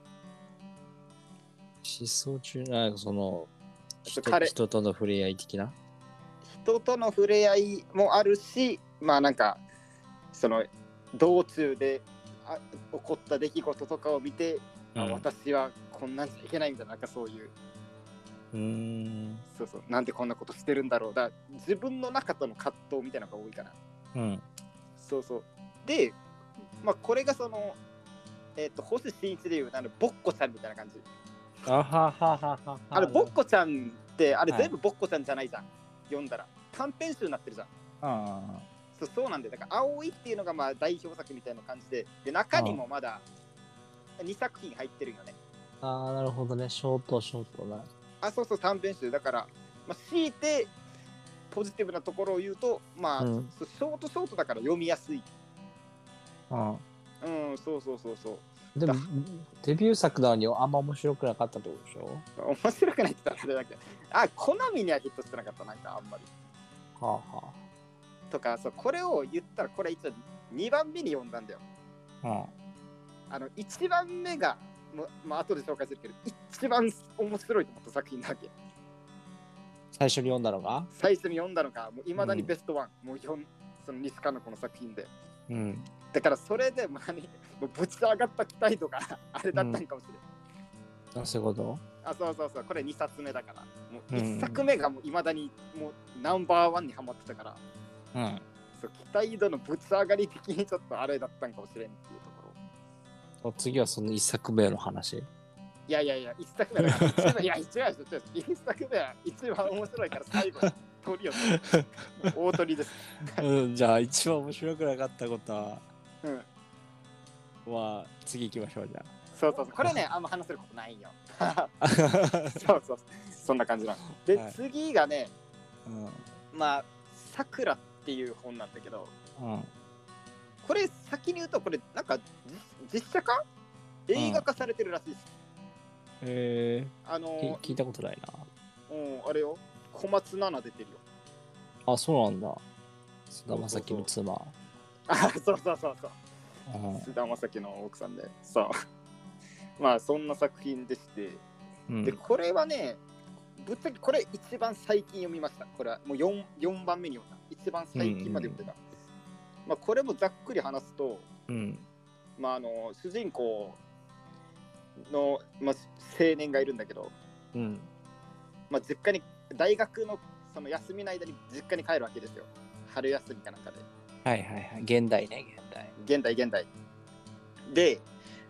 失踪中なんかその 人, 人との触れ合い的な。 人との触れ合いもあるし、まあなんかその道中であ起こった出来事とかを見て、うん、あ私はこんなんじゃいけないみたいな、なんかそういう。うーんそうそうなんでこんなことしてるんだろうだ自分の中との葛藤みたいなのが多いかな、うん、そうそうでまあこれがそのえっ、ー、と星新一でいうあのボッコちゃんみたいな感じ、 あははははあれボッコちゃんってあれ全部ボッコちゃんじゃないじゃん、はい、読んだら短編集になってるじゃん、あそうそうなんでだから葵っていうのがまあ代表作みたいな感じでで中にもまだにさく品入ってるよね。 ああなるほどね、ショートショートなあそうそう短編集だから、まあ、強いてポジティブなところを言うとまあ、うん、ショートショートだから読みやすい。ああうんそうそうそうそうでもデビュー作なのにあんま面白くなかったってことでしょ。 面白くないって言ったらそれだけあ好みにはヒットしてなかったなんかあんまりはあはあとかそうこれを言ったらこれ一応にばんめに読んだんだよ、はあ、あのいちばんめがまあ後で紹介するけど一番面白いと思った作品だけ最初に読んだのが最初に読んだのがもういまだにベストワン、うん、もうその西加奈子の作品で、うん、だからそれでもうもうぶち上がった期待度があれだったんかもしれない、 うん、あそういうことあそうそうそうこれにさつめだからもういっさくめがもういまだにもうナンバーワンにハマってたから、うん、そう期待度のぶち上がり的にちょっとあれだったんかもしれんっていうところ。 次はそのいっさくめの話。 いやいやいやいっさくめだからいや違う違ういっさくめは一番面白いから最後に鳥を大鳥です、 うん、じゃあ一番面白くなかったことはうんまあ次行きましょうじゃあ。 そうそうそうこれねあんま話せることないよそうそうそんな感じなので、はい、次がね、うん、まあさくらっていう本なんだけど、うんこれ先に言うとこれなんか実写化映画化されてるらしいです。 へ、うん、えー、あの聞いたことないな。 うんあれよ小松菜奈出てるよ。 あそうなんだ。菅田将暉の妻。 あそうそうそうそう。菅田将暉の奥さんでさあまあそんな作品でして、うん、でこれはねぶっちゃけこれ一番最近読みました。これはもう 4, 4番目に読んだ一番最近まで読んでた。うんうんまあ、これもざっくり話すと、うんまあ、あの主人公の、まあ、青年がいるんだけど、うんまあ、実家に大学の、その休みの間に実家に帰るわけですよ春休みかなんかで。 はいはいはい現代ね現代現代現代で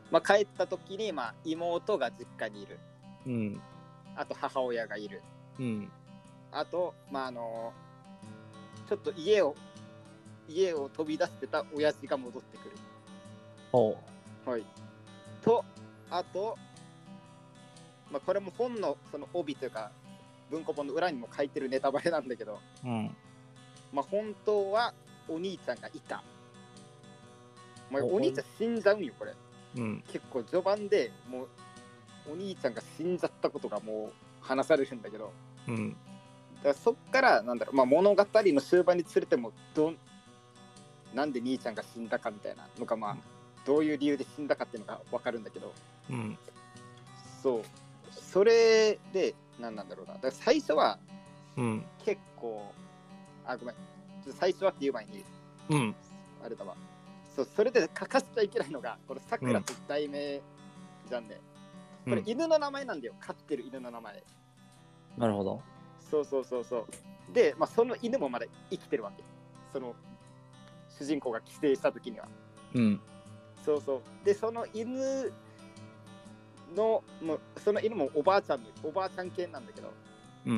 まあ、帰った時に、まあ、妹が実家にいる。 うん。 あと母親がいる。 うん。 あと、まああの、ちょっと家を、家を飛び出してた親父が戻ってくる。 ほう。はい。と、あと、まあ、これも本のその帯というか、文庫本の裏にも書いてるネタバレなんだけど、 うん。 まあ、本当はお兄ちゃんがいた。まあ、お兄ちゃん死んじゃうんよ、これ。 うん。 結構序盤でもう、お兄ちゃんが死んじゃったことがもう話されるんだけど、 うん。 だからそっからなんだろう、まあ、物語の終盤につれてもどんなんで兄ちゃんが死んだかみたいなのが、まあどういう理由で死んだかっていうのが分かるんだけど、 うん、 そうそれで何なんだろうな、だから最初は結構、うん、あごめん最初はっていう前に、 うん、 あれだわ、そうそれで欠かしちゃいけないのがこれさくらって題名じゃんね、うん、これ犬の名前なんだよ、飼ってる犬の名前。 なるほど。 そうそうそうそう。で、まあ、その犬もまだ生きてるわけ。その主人公が帰省した時には。 うん。 そうそう。で、その犬の、もうその犬もおばあちゃんの、おばあちゃん系なんだけど、 うん。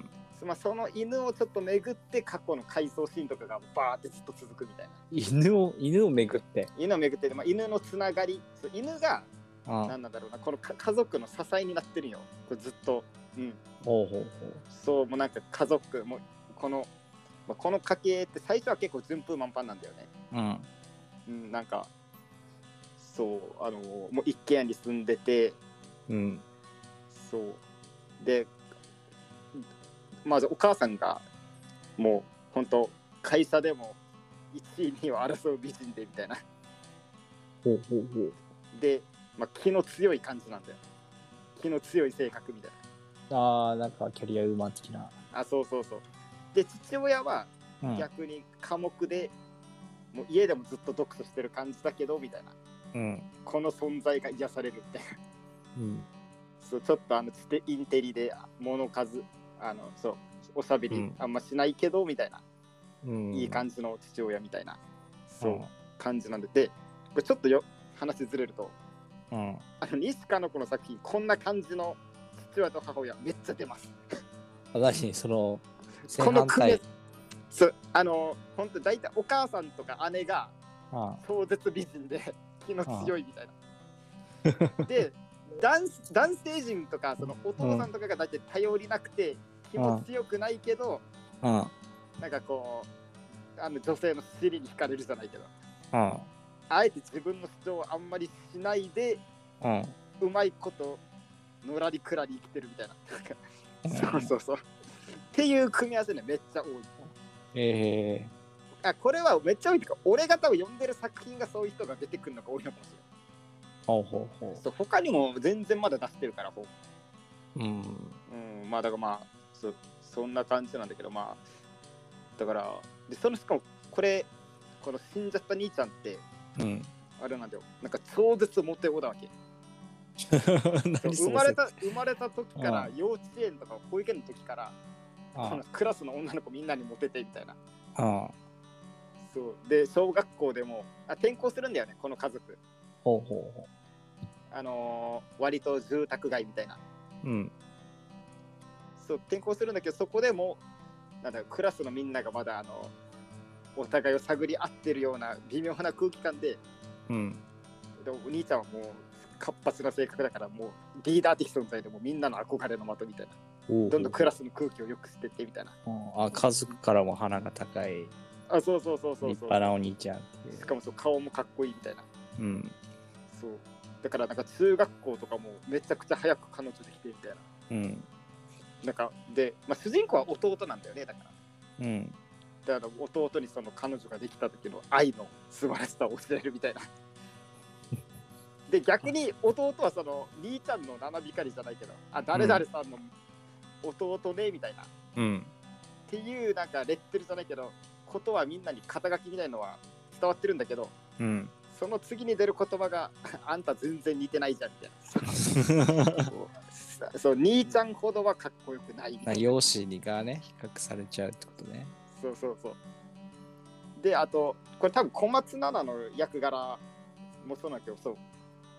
まあ、その犬をちょっと巡って過去の回想シーンとかがバーってずっと続くみたいな。 犬を、犬を巡って犬を巡って、まあ、犬のつながり、そう犬が、なんなんだろうな、この家族の支えになってるよ。これずっと。うん。 ほうほうほう。 そう、もうなんか家族、もうこの、まあ、この家系って最初は結構順風満帆なんだよね。うん。うん、なんか、そう、あの、もう一軒家に住んでて、 うん。 そう。で、まずお母さんが、もう、本当会社でもいちいにいを争う美人でみたいな。 ほうほうほう。 で、まあ、気の強い感じなんだよ。気の強い性格みたいな。ああ、なんかキャリアウーマン的な。 あ、そうそうそう。で、父親は逆に寡黙で、うん、もう家でもずっと読書してる感じだけど、みたいな。うん、この存在が癒されるみたいな。うん、そうちょっとあのインテリで物数、あのそうおしゃべりあんましないけど、みたいな、うん、いい感じの父親みたいな、そう、うん、感じなんで、で、これちょっとよ話ずれると、うん、あの西加の子の作品、こんな感じの父親と母親めっちゃ出ます。 私そのこの組みそうあの本当大体お母さんとか姉が超絶美人で気の強いみたいな。で男、男性陣とかそのお父さんとかが大体頼りなくて気も強くないけど、うん、なんかこうあの女性の尻に惹かれるじゃないけど、うん、あえて自分の主張をあんまりしないで、うん、うまいことのらりくらり生きてるみたいな。そうそうそう。っていう組み合わせね、めっちゃ多い。えー、あこれはめっちゃ多いっていうか、俺が多分読んでる作品がそういう人が出てくるのが多いのかもしれない。 ほうほうほう。 そう他にも全然まだ出してるから、ほう。うん。うん、まあだからまあそ、そんな感じなんだけど、まあ、だから、でそのしかもこれ、この死んじゃった兄ちゃんって、うん、あれなんだよ、なんか超絶モテ男だわけ。生まれた生まれた時から、幼稚園とか保育園の時から、ああクラスの女の子みんなにモテてみたいな。ああそうで小学校でもあ転校するんだよね、この家族。ほうほうほう。あのー、割と住宅街みたいな。うん。そう転校するんだけど、そこでもなんだクラスのみんながまだあのお互いを探り合ってるような微妙な空気感で。うん。でお兄ちゃんはもう活発な性格だから、もうリーダー的存在でもみんなの憧れの的みたいな。どんどんクラスの空気を良くしてってみたいな。 あ、家族からも鼻が高い。 あ、そうそうそうそうそう。 立派なお兄ちゃん。 しかもそう顔もかっこいいみたいな。うん。そう。だからなんか中学校とかもめちゃくちゃ早く彼女できてみたいな。うん。なんかで、まあ、主人公は弟なんだよね、だから。うん。だから弟にその彼女ができた時の愛の素晴らしさを教えるみたいな。で逆に弟はその兄ちゃんの七光じゃないけど、あ誰々さんの弟ねみたいな、うん、っていうなんかレッテルじゃないけどことはみんなに肩書きみたいのは伝わってるんだけど、うん、その次に出る言葉があんた全然似てないじゃんみたいな。そうそう兄ちゃんほどはかっこよくないみたいな。 容姿がね比較されちゃうってことね。 そうそうそう。であとこれ多分小松菜奈の役柄もそうなんだけど、そう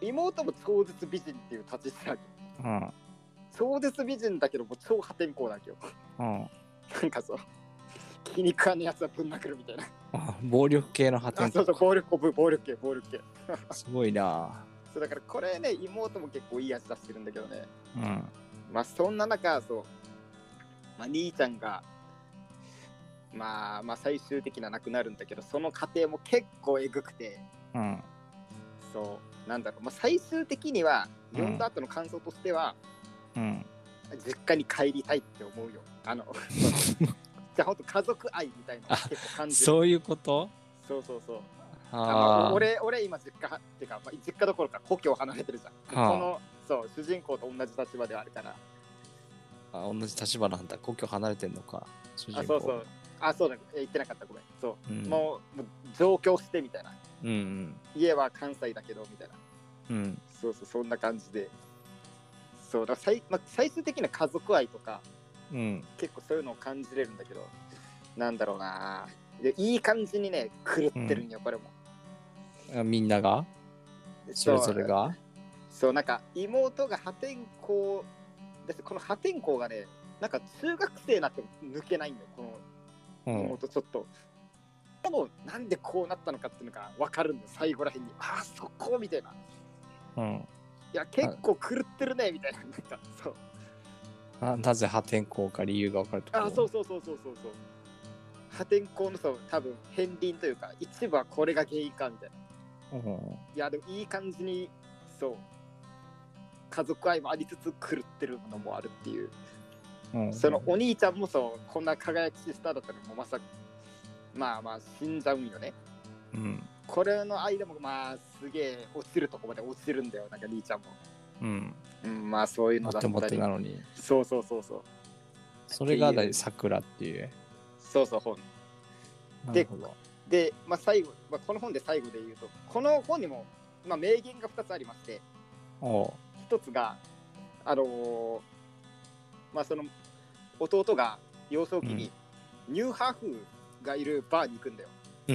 妹も超絶美人っていう立ち位置だけど、うん、超絶美人だけどもう超破天荒だけど、うん、なんかそう気に食わぬやつはぶん殴るみたいな。 あ、暴力系の破天荒。 そうそう暴力暴力系暴力系。 すごいな。 そうだからこれね妹も結構いい味出してるんだけどね。うん。まあそんな中そう、まあ、兄ちゃんがまあまあ最終的な亡くなるんだけど、その過程も結構えぐくて、うん、そうなんだろう、まあ、最終的には読んだ後の感想としては、うん、実家に帰りたいって思うよ。あのじゃあほんと家族愛みたいな結構感じる。 そういうこと？ そうそうそう。ああ俺俺今実家っていうか、まあ、実家どころか故郷を離れてるじゃん。そのそう主人公と同じ立場ではあるから。 あ、同じ立場なんだ。故郷離れてんのか。主人公。 あ、そうそう。あ、そうだ、言ってなかった、ごめん。そう、うん、もう、もう上京してみたいな、うんうん、家は関西だけどみたいな、うん、そうそう、そんな感じで、そうだ、最、まあ、最終的な家族愛とか、うん、結構そういうのを感じれるんだけど、なんだろうな、でいい感じにね狂ってるんよ、うん、これも。 みんながそれぞれがそう、なんか妹が破天荒です。この破天荒がね、なんか中学生になっても抜けないんだよ、この妹ちょっと、でもなんでこうなったのかっていうのが分かるんだよ、最後らへんに。ああそこみたいな、うん、いや結構狂ってるねみたいな、なんかそう、 あ、なぜ破天荒か理由が分かるとか。 あ、そうそうそうそうそうそう、破天荒のそう多分片鱗というか一部はこれが原因かみたいな、うん、いやでもいい感じにそう家族愛もありつつ狂ってるのもあるっていう、うん、そのお兄ちゃんもそうこんな輝きスターだったのもまさかまあまあ死んじゃうんよね、うん、これの間もまあすげえ落ちるとこまで落ちるんだよ、なんか兄ちゃんも、うんうん、まあそういうのだったり、 もってもってなのに、 そうそうそうそう、 それが桜っていう、 そうそう本で、で、まあ、最後、まあ、この本で最後で言うと、この本にも、まあ、名言がふたつありまして、ひとつがあのー、まあその弟が幼少期にニューハーフがいるバーに行くんだよ、うん、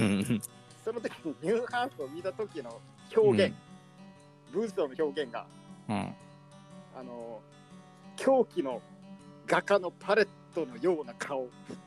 その時にニューハーフを見た時の表現、うん、文章の表現が、うん、あのー、狂気の画家のパレットのような顔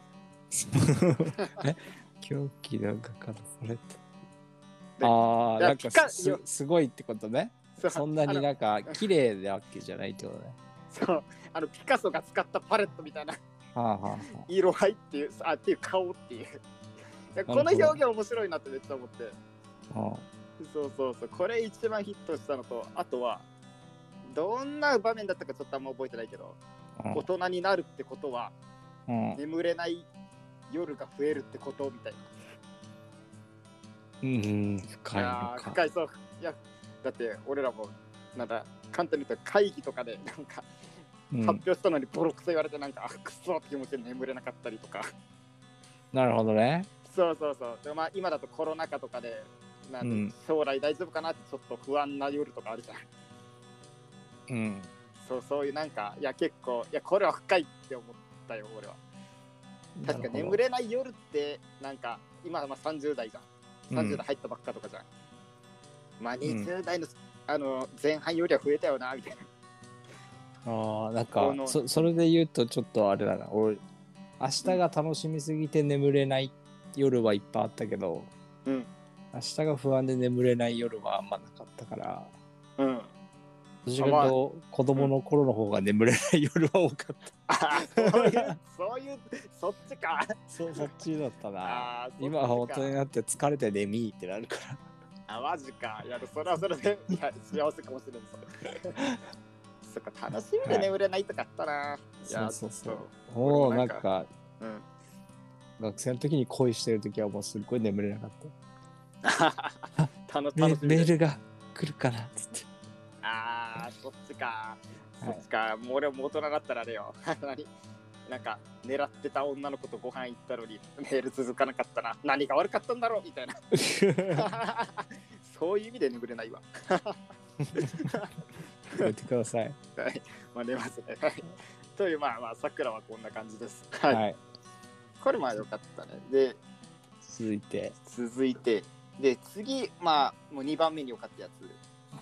狂気の画家のパレット、ああ、なんか す, すごいってことね。 そ, そんなになんか綺麗なわけじゃないってことね。 そう、あのピカソが使ったパレットみたいな色合いっていう、あっていう顔っていう、いやこの表現面白いなってめっちゃ思って、はあ、そうそうそう、これ一番ヒットしたのと、あとはどんな場面だったかちょっとあんま覚えてないけど、はあ、大人になるってことは、はあ、眠れない夜が増えるってことみたいな。 うん、深いのか。 深い、そう。いやだって俺らもなんだ簡単に言うと会議とかでなんか発表したのにボロクソ言われてなんか、うん、クソって気持ちで眠れなかったりとか。 なるほどね。 そうそうそう。で、まあ、今だとコロナ禍とかでなんで、うん、将来大丈夫かなってちょっと不安な夜とかあるじゃん。うん。そうそういうなんかいや結構いやこれは深いって思ったよ俺は。確か眠れない夜ってなんか今はまあさんじゅう代じゃん、さんじゅう代入ったばっかとかじゃん、うん、まあにじゅう代の、うん、あの前半よりは増えたよなみたいな。ああ、なんか そ, それで言うとちょっとあれだな、俺明日が楽しみすぎて眠れない夜はいっぱいあったけど、うん、明日が不安で眠れない夜はあんまなかったから、うん、どちらかというと子供の頃の方が眠れない夜は多かった。 あ、そういうそういうそっちか。 そう、そっちだったな。今は大人になって疲れて眠いってなるから。 あ、マジか。いや、それはそれでいや幸せかもしれんぞ。そっか、楽しみで眠れないとかあったな。はい、いや、 そうそうそう。もうなんか、うん、学生の時に恋してる時はもうすっごい眠れなかった。楽楽しみメールが来るかなっつって。 あー、そっちか。そっちか。はい、もう俺も大人だったらあれよ。なんか狙ってた女の子とご飯行ったのにメール続かなかったな、何が悪かったんだろうみたいなそういう意味で眠れないわやめてください。 はい、まあ寝ますね。というまあまあ桜はこんな感じです。はい、はい、これまあ良かったね。で続いて続いてで次まあもうにばんめに良かったやつ、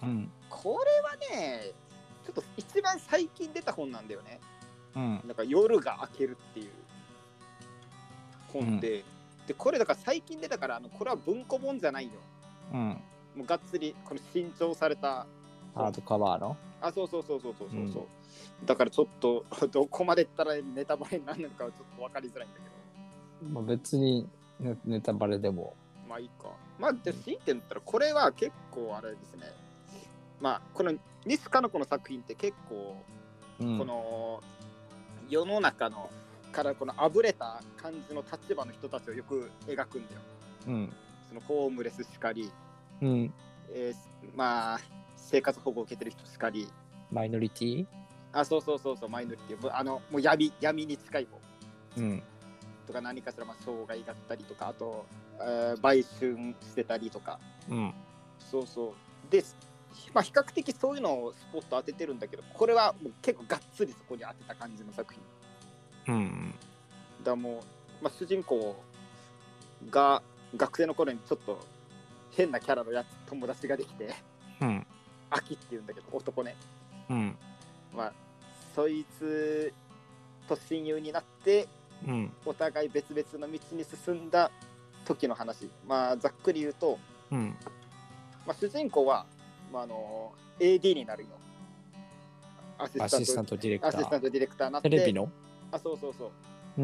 うん、 これはねちょっと一番最近出た本なんだよね、 うん、 なんか夜が明けるっていう本で、うん、でこれだから最近出たからあのこれは文庫本じゃないよ、 うん、 もうがっつりこの新調されたハードカバーの、 あそうそうそうそうそうそうそう、うん、だからちょっとどこまでいったらネタバレになるのかはちょっと分かりづらいんだけど、 まあ、別にネタバレでもまあいいか。まあで強いて言ったらこれは結構あれですね、まあこの西加奈子の作品って結構、うん、この世の中のからこのあぶれた感じの立場の人たちをよく描くんだよ、 うん、 そのホームレスしかり、 うんえー、まあ生活保護を受けてる人しかり、 マイノリティあそうそうそうそうマイノリティあのもう闇闇に近い方、 うん、 とか何かしらまあ障害だったりとかあと、えー、売春してたりとか、 うん、 そうそうで、まあ、比較的そういうのをスポット当ててるんだけどこれはもう結構がっつりそこに当てた感じの作品、 うん、 だもう、まあ、主人公が学生の頃にちょっと変なキャラのやつ友達ができて、 うん、 アキっていうんだけど男ね、 うん、 まあそいつと親友になって、うん、お互い別々の道に進んだ時の話、まあざっくり言うと、うん、まあ、主人公は、まあ、あの エーディー になるよ、アシスタント、アシスタントディレクター、アシスタントディレクターになって、 テレビの、 あそうそうそう、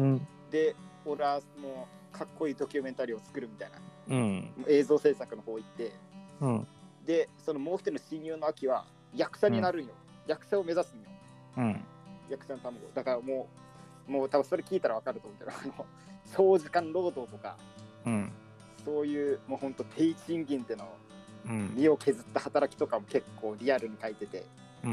うん、 で俺はもうかっこいいドキュメンタリーを作るみたいな、 うん、 映像制作の方行って、 うん、でそのもう一人の親友のアキは役者になるんよ、うん、役者を目指すんよ、 うん、 役者の卵だからもうもう多分それ聞いたら分かると思うけどあの長時間労働とか、 うん、 そういうもうほんと低賃金での身を削った働きとかも結構リアルに書いてて、 うん、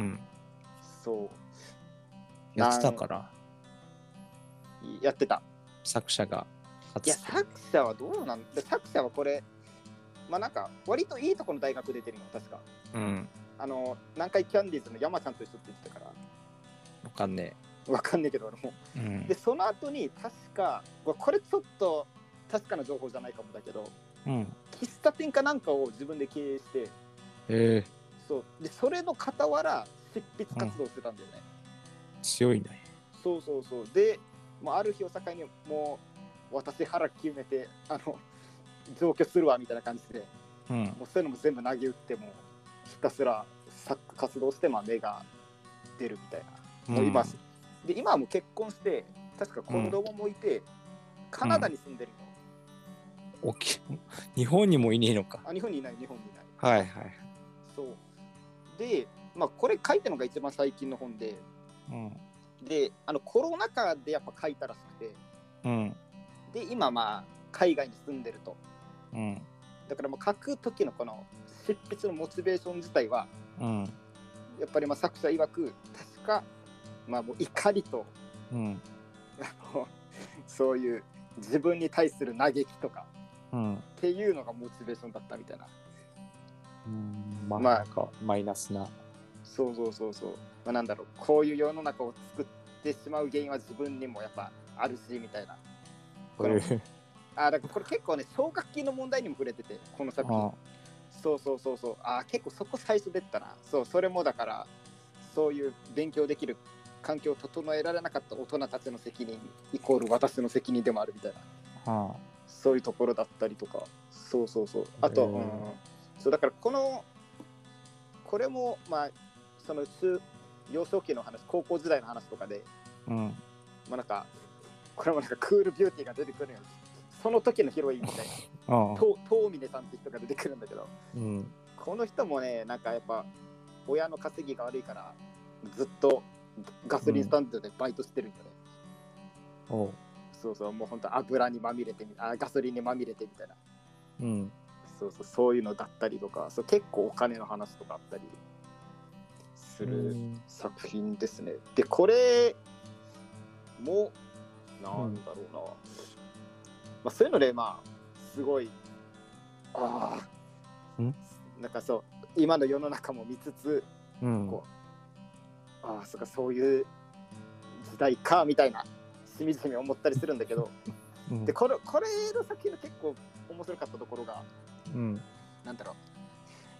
そうやってたからやってた作者がいや作者はどうなんだ作者はこれまあなんか割といいとこの大学出てるの確か、 うん、 あの南海キャンディーズの山ちゃんと一緒って言ってたからわかんねえわかんねえけど俺も、うん、でその後に確かこれちょっと確かな情報じゃないかもだけど、うん、喫茶店かなんかを自分で経営して、 えー、 そうでそれの傍ら執筆活動してたんだよね、 うん、強いねそうそうそうで、まあ、ある日を境にもう私腹決めてあの上京するわみたいな感じで、うん、もうそういうのも全部投げ打ってもひたすら作家活動して、まあ、芽が出るみたいな、うん、もう今で今はもう結婚して確か子供もいて、うん、カナダに住んでるの、 うん、日本にもいねえのかあ日本にいない日本にいないはいはいそうで、まあ、これ書いたのが一番最近の本で、うん、であのコロナ禍でやっぱ書いたらしくて、うん、で今まあ海外に住んでると、うん、だからもう書く時のこの執筆のモチベーション自体は、うん、やっぱりまあ作者曰く確かまあもう怒りと、うん、あのそういう自分に対する嘆きとか、うん、っていうのがモチベーションだったみたいな、 うんまあ、まあ、なんかマイナスなそうそうそうそう、まあ、なんだろうこういう世の中を作ってしまう原因は自分にもやっぱあるしみたいなこのあだからこれ結構ね奨学金の問題にも触れててこの作品そうそうそうそうあ結構そこ最初出たなそうそれもだからそういう勉強できる環境を整えられなかった大人たちの責任イコール私の責任でもあるみたいな、はあ、そういうところだったりとかそうそうそうあと、うん、そうだからこのこれもまあその幼少期の話高校時代の話とかで、うん、まあなんかこれもなんかクールビューティーが出てくるよその時のヒロインみたいな遠峰さんって人が出てくるんだけど、うん、この人もねなんかやっぱ親の稼ぎが悪いからずっとガソリンスタンドでバイトしてるんよね、うん、そうそうもうほんと油にまみれてあガソリンにまみれてみたいな、うん、そうそうそういうのだったりとかそう結構お金の話とかあったりする作品ですね、うん、でこれもなんだろうな、うんまあ、そういうのでまあすごいああなんかそう今の世の中も見つつ、うん、こうああそうかそういう時代かみたいなしみじみ思ったりするんだけど、うん、でこれこれの作品の結構面白かったところが、うん、なんだろう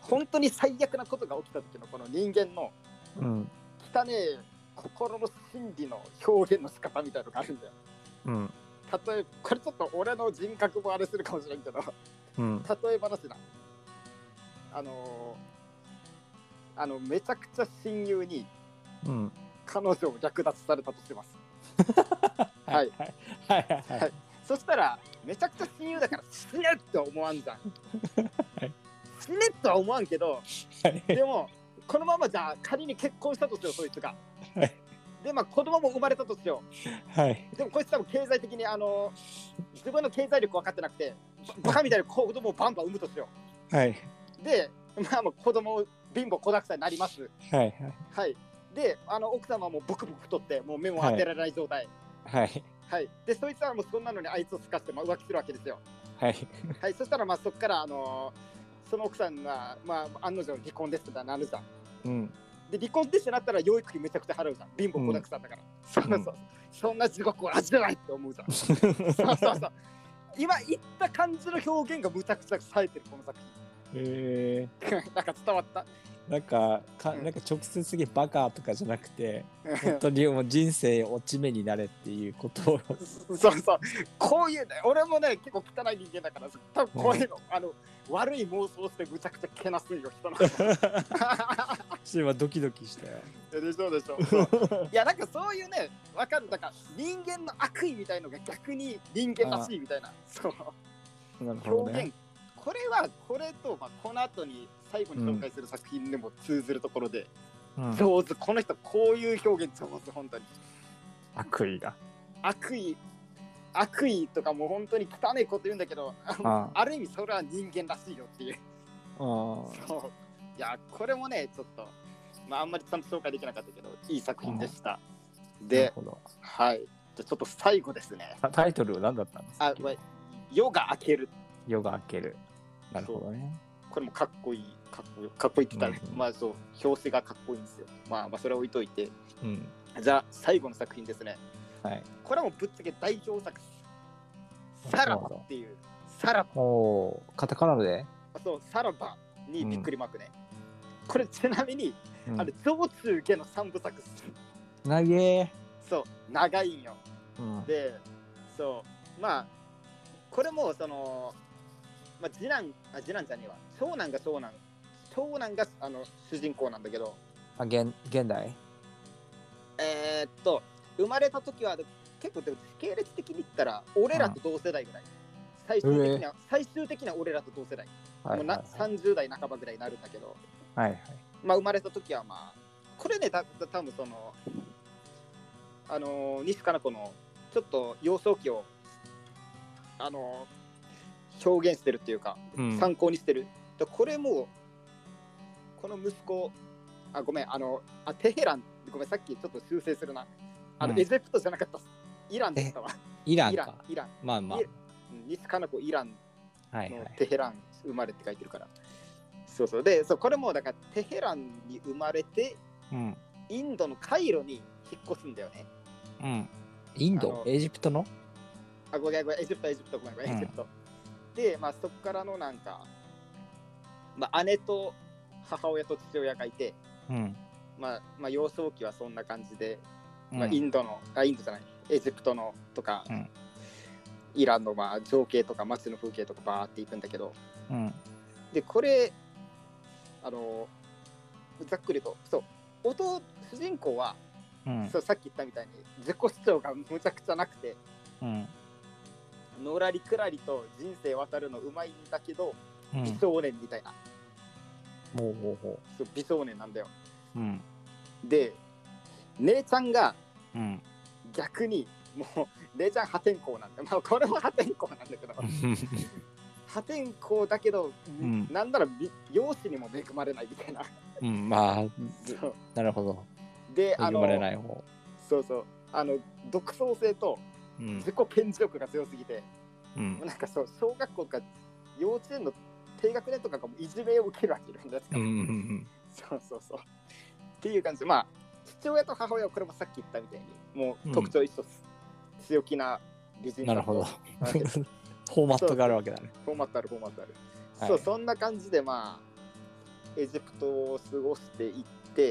本当に最悪なことが起きた時のこの人間の汚ねえ心の心理の表現の仕方みたいなのがあるんだよ。 うん、 例えばこれちょっと俺の人格もあれするかもしれんけど、うん、例え話だ。あのー、あのめちゃくちゃ親友に彼女を略奪されたとします。はいはいはいはい。そしたらめちゃくちゃ親友だから死ねって思わんじゃん。はい、死ねとは思わんけど、はい、でもこのままじゃあ仮に結婚したとしようそいつが。はい、でまあ子供も生まれたとしよう。はい、でもこいつ多分経済的にあの自分の経済力分かってなくてバカみたいに子供をバンバン産むとしよう。はい、でまあもう子供貧乏子だくさんになります。はいはいはい。であの奥様もブクブク太ってもう目も当てられない状態。はいはい。でそいつはもうそんなのにあいつをすかして、まあ、浮気するわけですよ。はいはい。そしたらまあそこからあのー、その奥さんがまあ案の定離婚ですってなるじゃん。うん。で離婚ですってなったら養育費めちゃくちゃ払うじゃん。貧乏子だくさんだから。うん、そうそうそう。そんな地獄を味わいって思うじゃん。そうそうそう。今言った感じの表現がむちゃくちゃ冴えてるこの作品。へえ。なんか伝わった。 なんかか、うん、なんか直接的にバカとかじゃなくて本当にもう人生落ち目になれっていうことをそうそうこういうね俺もね結構汚い人間だから多分こういうの、うん、あの悪い妄想してむちゃくちゃけなすんよ人のそれはドキドキしたよ。 でしょでしょそういやなんかそういうねわかるなんか人間の悪意みたいのが逆に人間らしいみたいなそうなるほど、ね、表現これはこれと、まあ、この後に最後に紹介する作品でも通ずるところで、うん、上手この人こういう表現上手本当に悪意が悪意悪意とかもう本当に汚いこと言うんだけど あ, ある意味それは人間らしいよっていうあそういやこれもねちょっと、まあ、あんまりちゃんと紹介できなかったけどいい作品でした。ではいじゃちょっと最後ですね。 タイトルは何だったんですか。あこれ夜が明ける夜が明けるなるほどね。 これもかっこいいかっこいいかっこいいって言ったら、うんうん、まあそう表紙がかっこいいんですよ。まあまあそれは置いといて、うん、じゃあ最後の作品ですね。はい。これはもうぶっちゃけ代表作サラバっていうサラバ。 おーカタカナで。 そうサラバにびっくりマークね。うん、これちなみに、うん、あれ上中下の三部作っす。 長え。 そう長いんよ。うん、でそうまあこれもその。まあ、次男あ次男じゃねえわ長男が長男長男があの主人公なんだけどあ 現, 現代えー、っと生まれた時は結構でも時系列的に言ったら俺らと同世代ぐらい、うん、最終的には、えー、最終的には俺らと同世代、はいはいはい、もうなさんじゅう代半ばぐらいになるんだけど、はいはいまあ、生まれた時はまあこれねた多分そのあのー、西加奈子のちょっと幼少期をあのー表現してるっていうか、うん、参考にしてる。これもこの息子あごめんあのあテヘランごめんさっきちょっと修正するなあの、うん、エジプトじゃなかったイランでしたわ。 イランかイランイランまあまあ西加奈子イランのテヘラン生まれって書いてるから、はいはい、そうそうでそうこれもだからテヘランに生まれて、うん、インドのカイロに引っ越すんだよね。 うんインドエジプトのあごめんごめんエジプトエジプトごめんごめんエジプト、うんで、まあ、そこからのなんか、まあ、姉と母親と父親がいて、うんまあまあ、幼少期はそんな感じで、うんまあ、インドのあインドじゃないエジプトのとか、うん、イランのまあ情景とか街の風景とかバーっていくんだけど、うん、でこれあのざっくりとそう音主人公は、うん、そうさっき言ったみたいに自己主張がむちゃくちゃなくて、うんのらりくらりと人生渡るのうまいんだけど、うん、美少年みたいなほうほうほうそう美少年なんだよ、うん、で姉ちゃんが、うん、逆にもう姉ちゃん破天荒なんだよ、まあ、これも破天荒なんだけど破天荒だけど、うん、なんなら容姿にも恵まれないみたいなうんまあなるほどで恵まれない方そうそうあの独創性と自己顕示欲が強すぎて、うん、なんかそう小学校か幼稚園の低学年とかがもいじめを受けるわけなんですか、うんうんうん、そうそうそうっていう感じでまあ父親と母親はこれもさっき言ったみたいにもう特徴一緒、うん、強気な美人なるほどフォーマットがあるわけだねフォーマットあるフォーマットある、はい、そうそんな感じでまあエジプトを過ごしていって、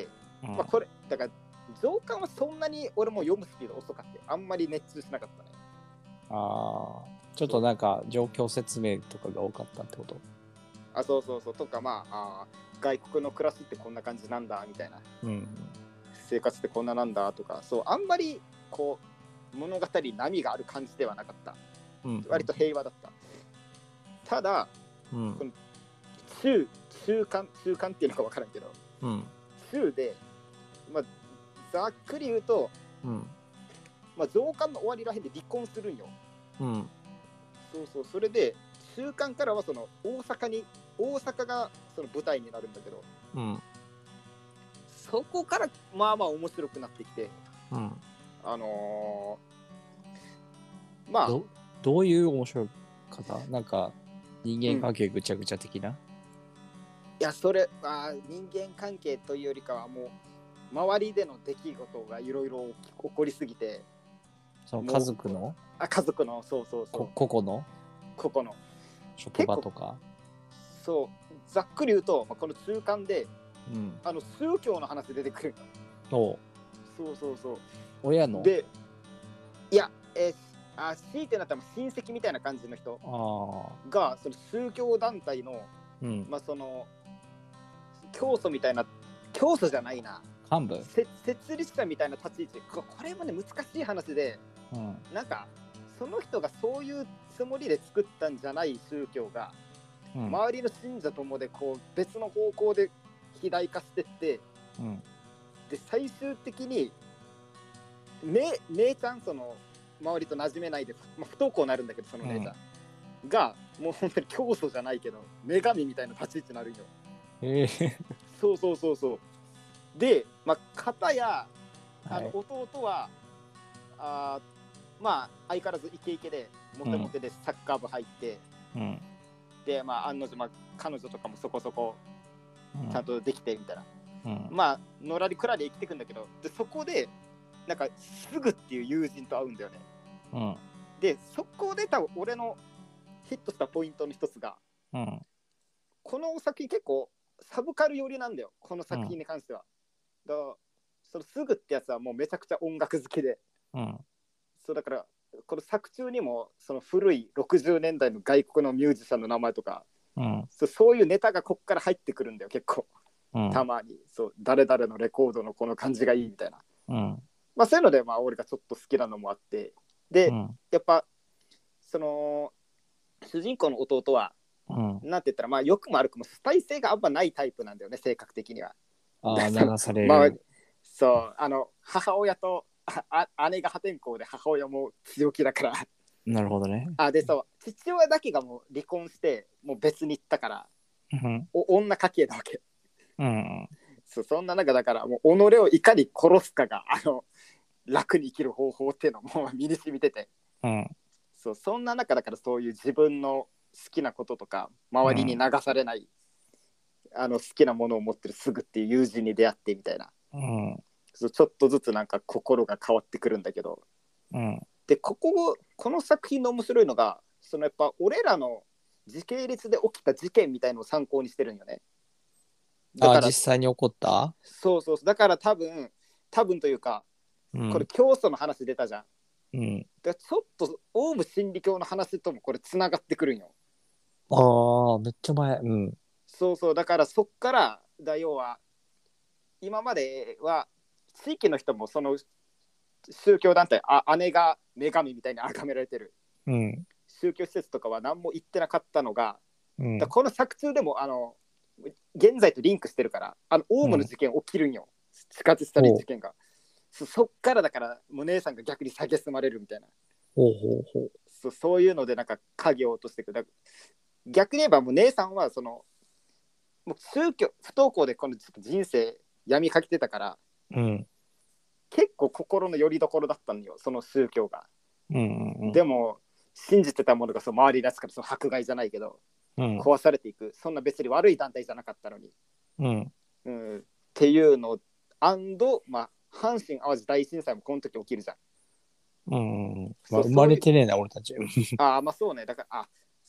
うん、まあこれだから上巻はそんなに俺も読むスピード遅かった。あんまり熱中しなかったね。 ああ、ちょっとなんか状況説明とかが多かったってこと？ あ、そうそうそう。とかまあ、あ外国の暮らしってこんな感じなんだみたいな、うん、生活ってこんななんだとか、そうあんまりこう物語波がある感じではなかった、うん、割と平和だった。ただ、うん、この中中間中間っていうのか分からんけど、うん、中で、まあ、ざっくり言うと、うん、まあ、上巻の終わりらへんで離婚するんよ、うん、そうそう。それで中間からはその大阪に大阪がその舞台になるんだけど、うん、そこからまあまあ面白くなってきて、うん、あのー、まあど, どういう面白方？なんか人間関係ぐちゃぐちゃ的な、うん、いやそれは人間関係というよりかはもう周りでの出来事がいろいろ起こりすぎて、 その家族のあ家族のそうそうそうこ個々の個々の職場とか、 そうざっくり言うと、まあ、この中間で、うん、あの宗教の話出てくるの。おそうそうそう。 親のでいや、えー、あ強いてなったら親戚みたいな感じの人がその宗教団体の、うん、まあその教祖みたいな教祖じゃないな幹部設立者みたいな立ち位置。これもね難しい話で、うん、なんかその人がそういうつもりで作ったんじゃない宗教が、うん、周りの信者ともでこう別の方向で肥大化してって、うん、で最終的に姉, 姉ちゃんその周りと馴染めないで、まあ、不登校になるんだけどその姉ちゃん、うん、がもう本当に教祖じゃないけど女神みたいな立ち位置になるんよ。えー、そうそうそうそう。で、まあ、片やあの弟は、はい、あまあ相変わらずイケイケでモテモテでサッカー部入って、うん、でまあ案の定、まあ、彼女とかもそこそこちゃんとできてみたいな、うん、まあのらりくらり生きていくんだけど、でそこでなんかすぐっていう友人と会うんだよね、うん、でそこで多分俺のヒットしたポイントの一つが、うん、この作品結構サブカル寄りなんだよこの作品に関しては、うん、だからそのすぐってやつはもうめちゃくちゃ音楽好きで、うん、そうだからこの作中にもその古いろくじゅうねんだいの外国のミュージシャンの名前とか、うん、そう、そういうネタがこっから入ってくるんだよ結構、うん、たまにそう誰々のレコードのこの感じがいいみたいな、うん、まあそういうのでまあ俺がちょっと好きなのもあって、で、うん、やっぱその主人公の弟は、うん、なんて言ったらまあ良くも悪くも主体性があんまないタイプなんだよね性格的には。 ああ流される、 まあ、そうあの母親とあ姉が破天荒で母親も強気だから。 なるほどね。 あでそう父親だけがもう離婚してもう別に行ったから、うん、お女家系だわけ、うん、そう。そんな中だからもう己をいかに殺すかがあの楽に生きる方法っていうのも身に染みてて、うん、そうそんな中だからそういう自分の好きなこととか周りに流されない、うん、あの好きなものを持ってるすぐっていう友人に出会ってみたいな、うん、そうちょっとずつなんか心が変わってくるんだけど、うん、でこここの作品の面白いのがそのやっぱ俺らの時系列で起きた事件みたいのを参考にしてるんよね。 だからあ実際に起こった？ そうそうそう。だから多分多分というか、うん、これ教祖の話出たじゃん、うん、だちょっとオウム真理教の話ともこれつながってくるんよ。 ああめっちゃ前。うん。 そうそう。だからそっからだ要は今までは地域の人もその宗教団体あ姉が女神みたいに崇められてる、うん、宗教施設とかは何も言ってなかったのが、うん、だこの作中でもあの現在とリンクしてるからあのオウムの事件起きるんよ、うん、地下鉄サリン事件が そ, そっからだからもう姉さんが逆に蔑まれるみたいな、ほうほうほう そ, そういうのでなんか影を落としていく。だ逆に言えばもう姉さんはそのもう宗教不登校でこのちょっと人生闇かけてたから、うん、結構心の拠り所だったんよその宗教が、うんうんうん、でも信じてたものがその周りのやつからその迫害じゃないけど、うん、壊されていく。そんな別に悪い団体じゃなかったのに、うんうん、っていうのアンド、まあ、阪神・淡路大震災もこの時起きるじゃん、 うんうんまあ、生まれてねえな俺たちああまあそうね。だからあ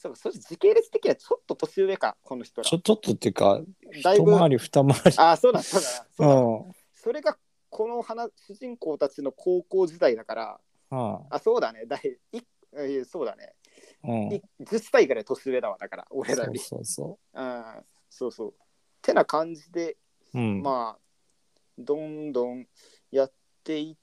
そうそして時系列的にはちょっと年上か、この人ら。 ちょちょっとっていうか、 だいぶ一回り二回り。 あ、そうだそうだ。そうだうん。 それがこの話主人公たちの高校時代だから、 ああ、そうだね。だいいえそうだね。 うん。 いじゅっさいぐらい年上だわ、だから、俺らより。 そうそうそう。うん、そうそう。てな感じで、 そう。うん。 まあ、どんどんやっていって、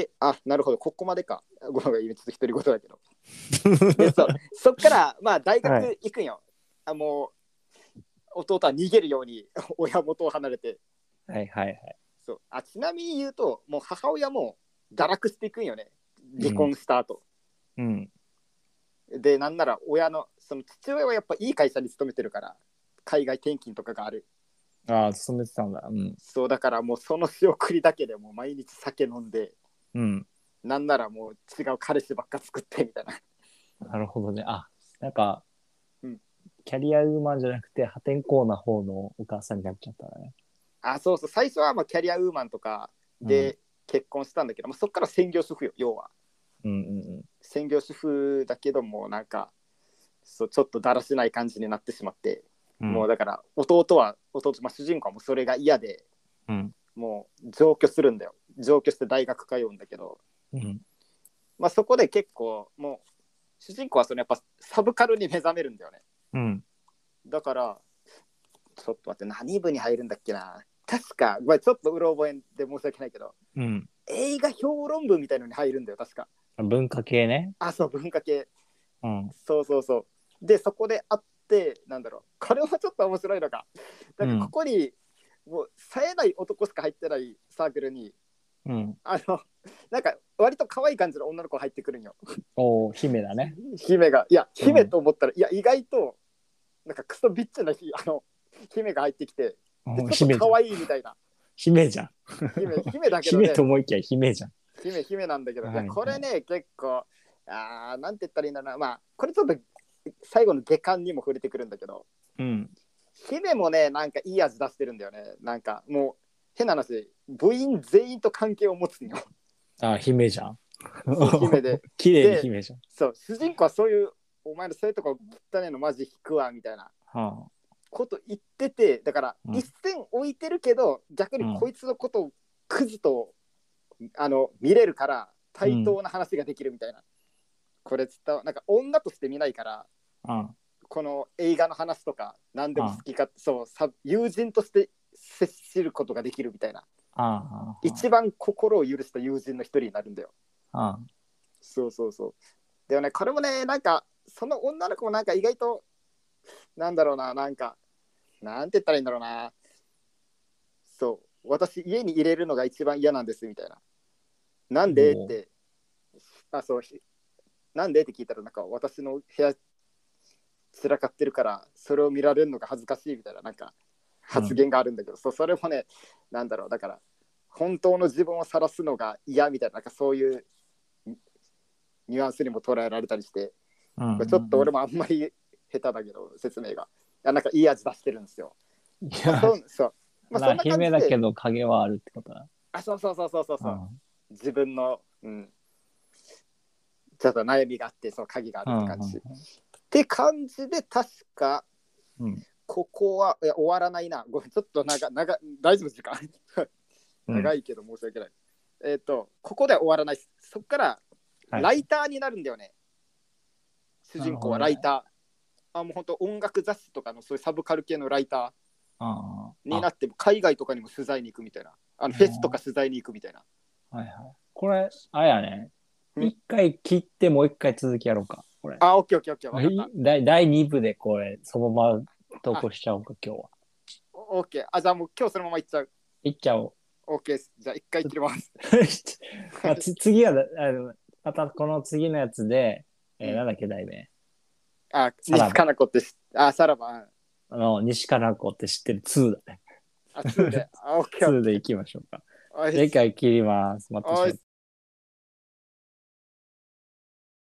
あ、なるほど、ここまでか。ごめん、今ちょっと独り言だけど。でそそっから、まあ、大学行くんよ。はい、あもう、弟は逃げるように親元を離れて。 はいはいはい。 そうあちなみに言うと、もう母親も堕落していくんよね。離婚した後。 うん。 で、なんなら親の、その父親はやっぱいい会社に勤めてるから、海外転勤とかがある。 ああ、勤めてたんだ。うん。 そうだからもうその仕送りだけでもう毎日酒飲んで、 うん。 なんならもう違う彼氏ばっか作ってみたいな。 なるほどね。あ、なんか、 うん、 キャリアウーマンじゃなくて破天荒な方のお母さんになっちゃったね。 あ、そうそう、最初はまあキャリアウーマンとかで結婚したんだけど、うん、まあ、そっから専業主婦よ、要は。 うんうんうん。 専業主婦だけども、なんか、そうちょっとだらしない感じになってしまって、うん、もうだから弟は、弟、まあ、主人公はもうそれが嫌で、うん、もう上京するんだよ。上京して大学通うんだけど、うん、まあそこで結構もう主人公はそのやっぱサブカルに目覚めるんだよね。うん、だからちょっと待って、何部に入るんだっけな。確か、まあ、ちょっとうろ覚えで申し訳ないけど、うん、映画評論部みたいのに入るんだよ確か。 文化系ね。 あ、そう文化系。うん、そうそうそう。でそこで会ってなんだろう、これはちょっと面白いのか。なんかここに、うん、もう冴えない男しか入ってないサークルに、うん、あのなんか割と可愛い感じの女の子入ってくるんよ。 お姫だね。 姫がいや姫と思ったら、うん、いや意外となんかクソビッチなあの姫が入ってきて、ちょっと可愛いみたいな。 姫じゃん。 姫姫だけどね。 姫と思いきや姫じゃん。 姫姫なんだけど、はいはい、いやこれね結構あーなんて言ったらいいんだろうな、まあこれちょっと最後の下巻にも触れてくるんだけど、うん、姫もねなんかいい味出してるんだよね。なんかもう変な話、部員全員と関係を持つんよ。 あ、姫じゃん。 そう姫で綺麗に姫じゃん。 そう主人公はそういうお前のそういうとこ汚ねのマジ引くわみたいなこと言ってて、だから一線置いてるけど、うん、逆にこいつのことをクズとあの見れるから対等な話ができるみたいな、うん、これつったなんか女として見ないから、うん、この映画の話とか何でも好きか、うん、そうさ友人として接することができるみたいな、うん、一番心を許した友人の一人になるんだよ、うん、そうそうそう。でもねこれもねなんかその女の子もなんか意外となんだろうな、なんかなんて言ったらいいんだろうな、そう私家に入れるのが一番嫌なんですみたいな。なんでって、あ、そう、なんでって聞いたら、なんか私の部屋散らかってるから、それを見られるのが恥ずかしいみたいな、なんか発言があるんだけど、うん、そうそれもね、なんだろう、だから、本当の自分を晒すのが嫌みたいな、なんかそういうニュアンスにも捉えられたりして、うんうん、ちょっと俺もあんまり下手だけど、説明が。なんかいい味出してるんですよ。 いや、まあ、そうそう。まあ、そんな感じで姫だけど影はあるってことだ。 あ、そうそうそうそうそうそう。うん、自分の、うん、ちょっと悩みがあってその鍵があるって感じ、うんうんうん、って感じで確か、うん、ここはいや終わらないな、ごめんちょっと長長大丈夫時間長いけど申し訳ない、うん、えっ、ー、とここでは終わらない。そっからライターになるんだよね、はい、主人公はライター、ね、あもう本当音楽雑誌とかのそういうサブカル系のライターになって、海外とかにも取材に行くみたいな、あのフェスとか取材に行くみたいな、 はいはい、これあれやね、一回切ってもう一回続きやろうか。これあ、オッケーオッケーオッケー。分かった。 だだいに部でこれ、そのまま投稿しちゃおうか、今日は。 オッケー。あ、じゃあもう今日そのままいっちゃう。 いっちゃおう。 オッケー。じゃあ一回切ります。 まあ、つ次はあの、またこの次のやつで、えー、なんだっけ、題名。 あ、西加奈子ってし、あ、さらば。 あの、西加奈子って知ってるにだね。 あ、にで。あ、オッケー。 にでいきましょうか。次回切ります。また。